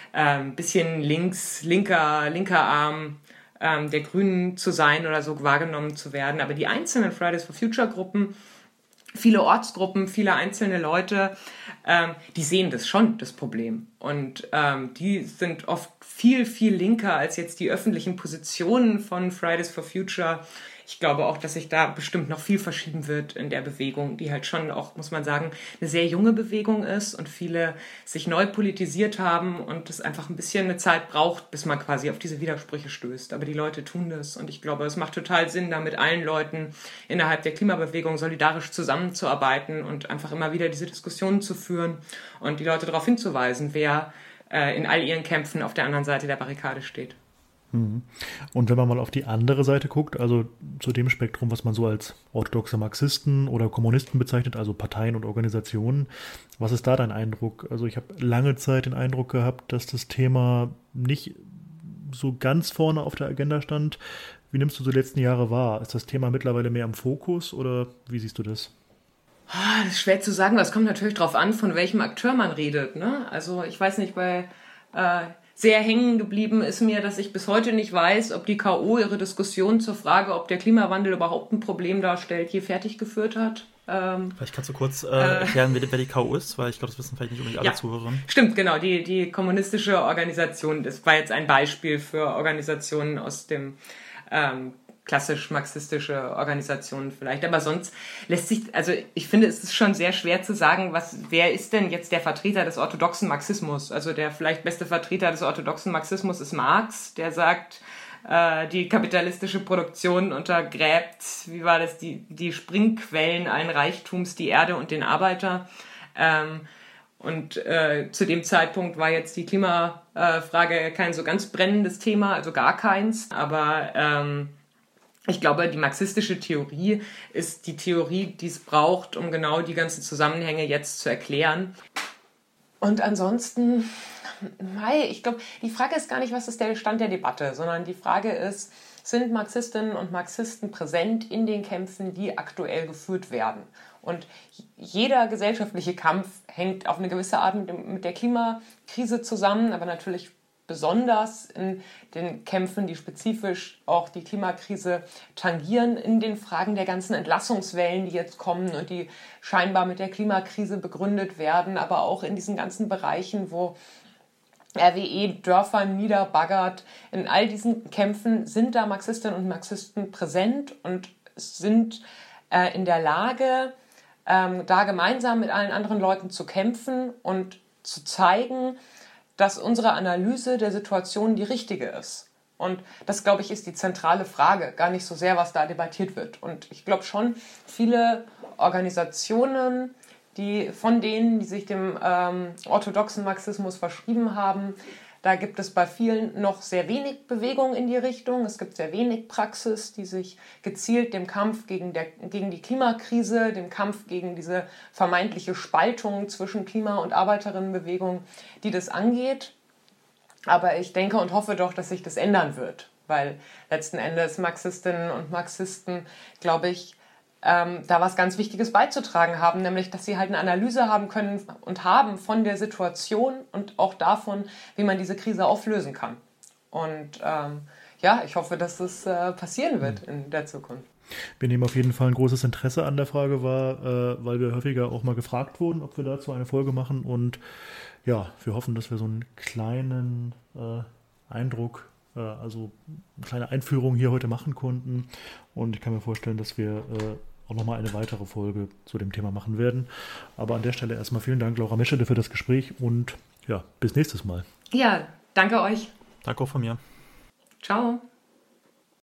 linker Arm der Grünen zu sein oder so wahrgenommen zu werden. Aber die einzelnen Fridays for Future Gruppen, viele Ortsgruppen, viele einzelne Leute, die sehen das schon, das Problem. Und die sind oft viel, viel linker als jetzt die öffentlichen Positionen von Fridays for Future. Ich glaube auch, dass sich da bestimmt noch viel verschieben wird in der Bewegung, die halt schon auch, muss man sagen, eine sehr junge Bewegung ist und viele sich neu politisiert haben und es einfach ein bisschen eine Zeit braucht, bis man quasi auf diese Widersprüche stößt. Aber die Leute tun das und ich glaube, es macht total Sinn, da mit allen Leuten innerhalb der Klimabewegung solidarisch zusammenzuarbeiten und einfach immer wieder diese Diskussionen zu führen und die Leute darauf hinzuweisen, wer in all ihren Kämpfen auf der anderen Seite der Barrikade steht. Und wenn man mal auf die andere Seite guckt, also zu dem Spektrum, was man so als orthodoxe Marxisten oder Kommunisten bezeichnet, also Parteien und Organisationen, was ist da dein Eindruck? Also ich habe lange Zeit den Eindruck gehabt, dass das Thema nicht so ganz vorne auf der Agenda stand. Wie nimmst du die letzten Jahre wahr? Ist das Thema mittlerweile mehr im Fokus oder wie siehst du das? Das ist schwer zu sagen, weil es kommt natürlich darauf an, von welchem Akteur man redet, ne? Also ich weiß nicht, sehr hängen geblieben ist mir, dass ich bis heute nicht weiß, ob die K.O. ihre Diskussion zur Frage, ob der Klimawandel überhaupt ein Problem darstellt, je fertig geführt hat. Vielleicht kannst du kurz erklären, wer die K.O. ist, weil ich glaube, das wissen vielleicht nicht unbedingt alle Zuhörerinnen. Stimmt, genau. Die kommunistische Organisation, das war jetzt ein Beispiel für Organisationen aus dem klassisch marxistische Organisationen vielleicht. Aber sonst lässt sich, also ich finde, es ist schon sehr schwer zu sagen, wer ist denn jetzt der Vertreter des orthodoxen Marxismus? Also der vielleicht beste Vertreter des orthodoxen Marxismus ist Marx, der sagt, die kapitalistische Produktion untergräbt, wie war das, die Springquellen allen Reichtums, die Erde und den Arbeiter. Und zu dem Zeitpunkt war jetzt die Klimafrage kein so ganz brennendes Thema, also gar keins. Aber ich glaube, die marxistische Theorie ist die Theorie, die es braucht, um genau die ganzen Zusammenhänge jetzt zu erklären. Und ansonsten, ich glaube, die Frage ist gar nicht, was ist der Stand der Debatte, sondern die Frage ist, sind Marxistinnen und Marxisten präsent in den Kämpfen, die aktuell geführt werden? Und jeder gesellschaftliche Kampf hängt auf eine gewisse Art mit der Klimakrise zusammen, aber natürlich besonders in den Kämpfen, die spezifisch auch die Klimakrise tangieren, in den Fragen der ganzen Entlassungswellen, die jetzt kommen und die scheinbar mit der Klimakrise begründet werden, aber auch in diesen ganzen Bereichen, wo RWE Dörfer niederbaggert. In all diesen Kämpfen sind da Marxistinnen und Marxisten präsent und sind in der Lage, da gemeinsam mit allen anderen Leuten zu kämpfen und zu zeigen, dass unsere Analyse der Situation die richtige ist. Und das, glaube ich, ist die zentrale Frage, gar nicht so sehr, was da debattiert wird. Und ich glaube schon, viele Organisationen, von denen, die sich dem orthodoxen Marxismus verschrieben haben, da gibt es bei vielen noch sehr wenig Bewegung in die Richtung. Es gibt sehr wenig Praxis, die sich gezielt dem Kampf gegen die Klimakrise, dem Kampf gegen diese vermeintliche Spaltung zwischen Klima- und Arbeiterinnenbewegung, die das angeht. Aber ich denke und hoffe doch, dass sich das ändern wird, weil letzten Endes Marxistinnen und Marxisten, glaube ich, da was ganz Wichtiges beizutragen haben, nämlich, dass sie halt eine Analyse haben können und haben von der Situation und auch davon, wie man diese Krise auflösen kann. Und ich hoffe, dass das passieren wird in der Zukunft. Wir nehmen auf jeden Fall ein großes Interesse an der Frage wahr, weil wir häufiger auch mal gefragt wurden, ob wir dazu eine Folge machen. Und ja, wir hoffen, dass wir so einen kleinen Eindruck, also eine kleine Einführung hier heute machen konnten. Und ich kann mir vorstellen, dass wir auch nochmal eine weitere Folge zu dem Thema machen werden. Aber an der Stelle erstmal vielen Dank, Laura Meschede, für das Gespräch und ja, bis nächstes Mal. Ja, danke euch. Danke auch von mir. Ciao.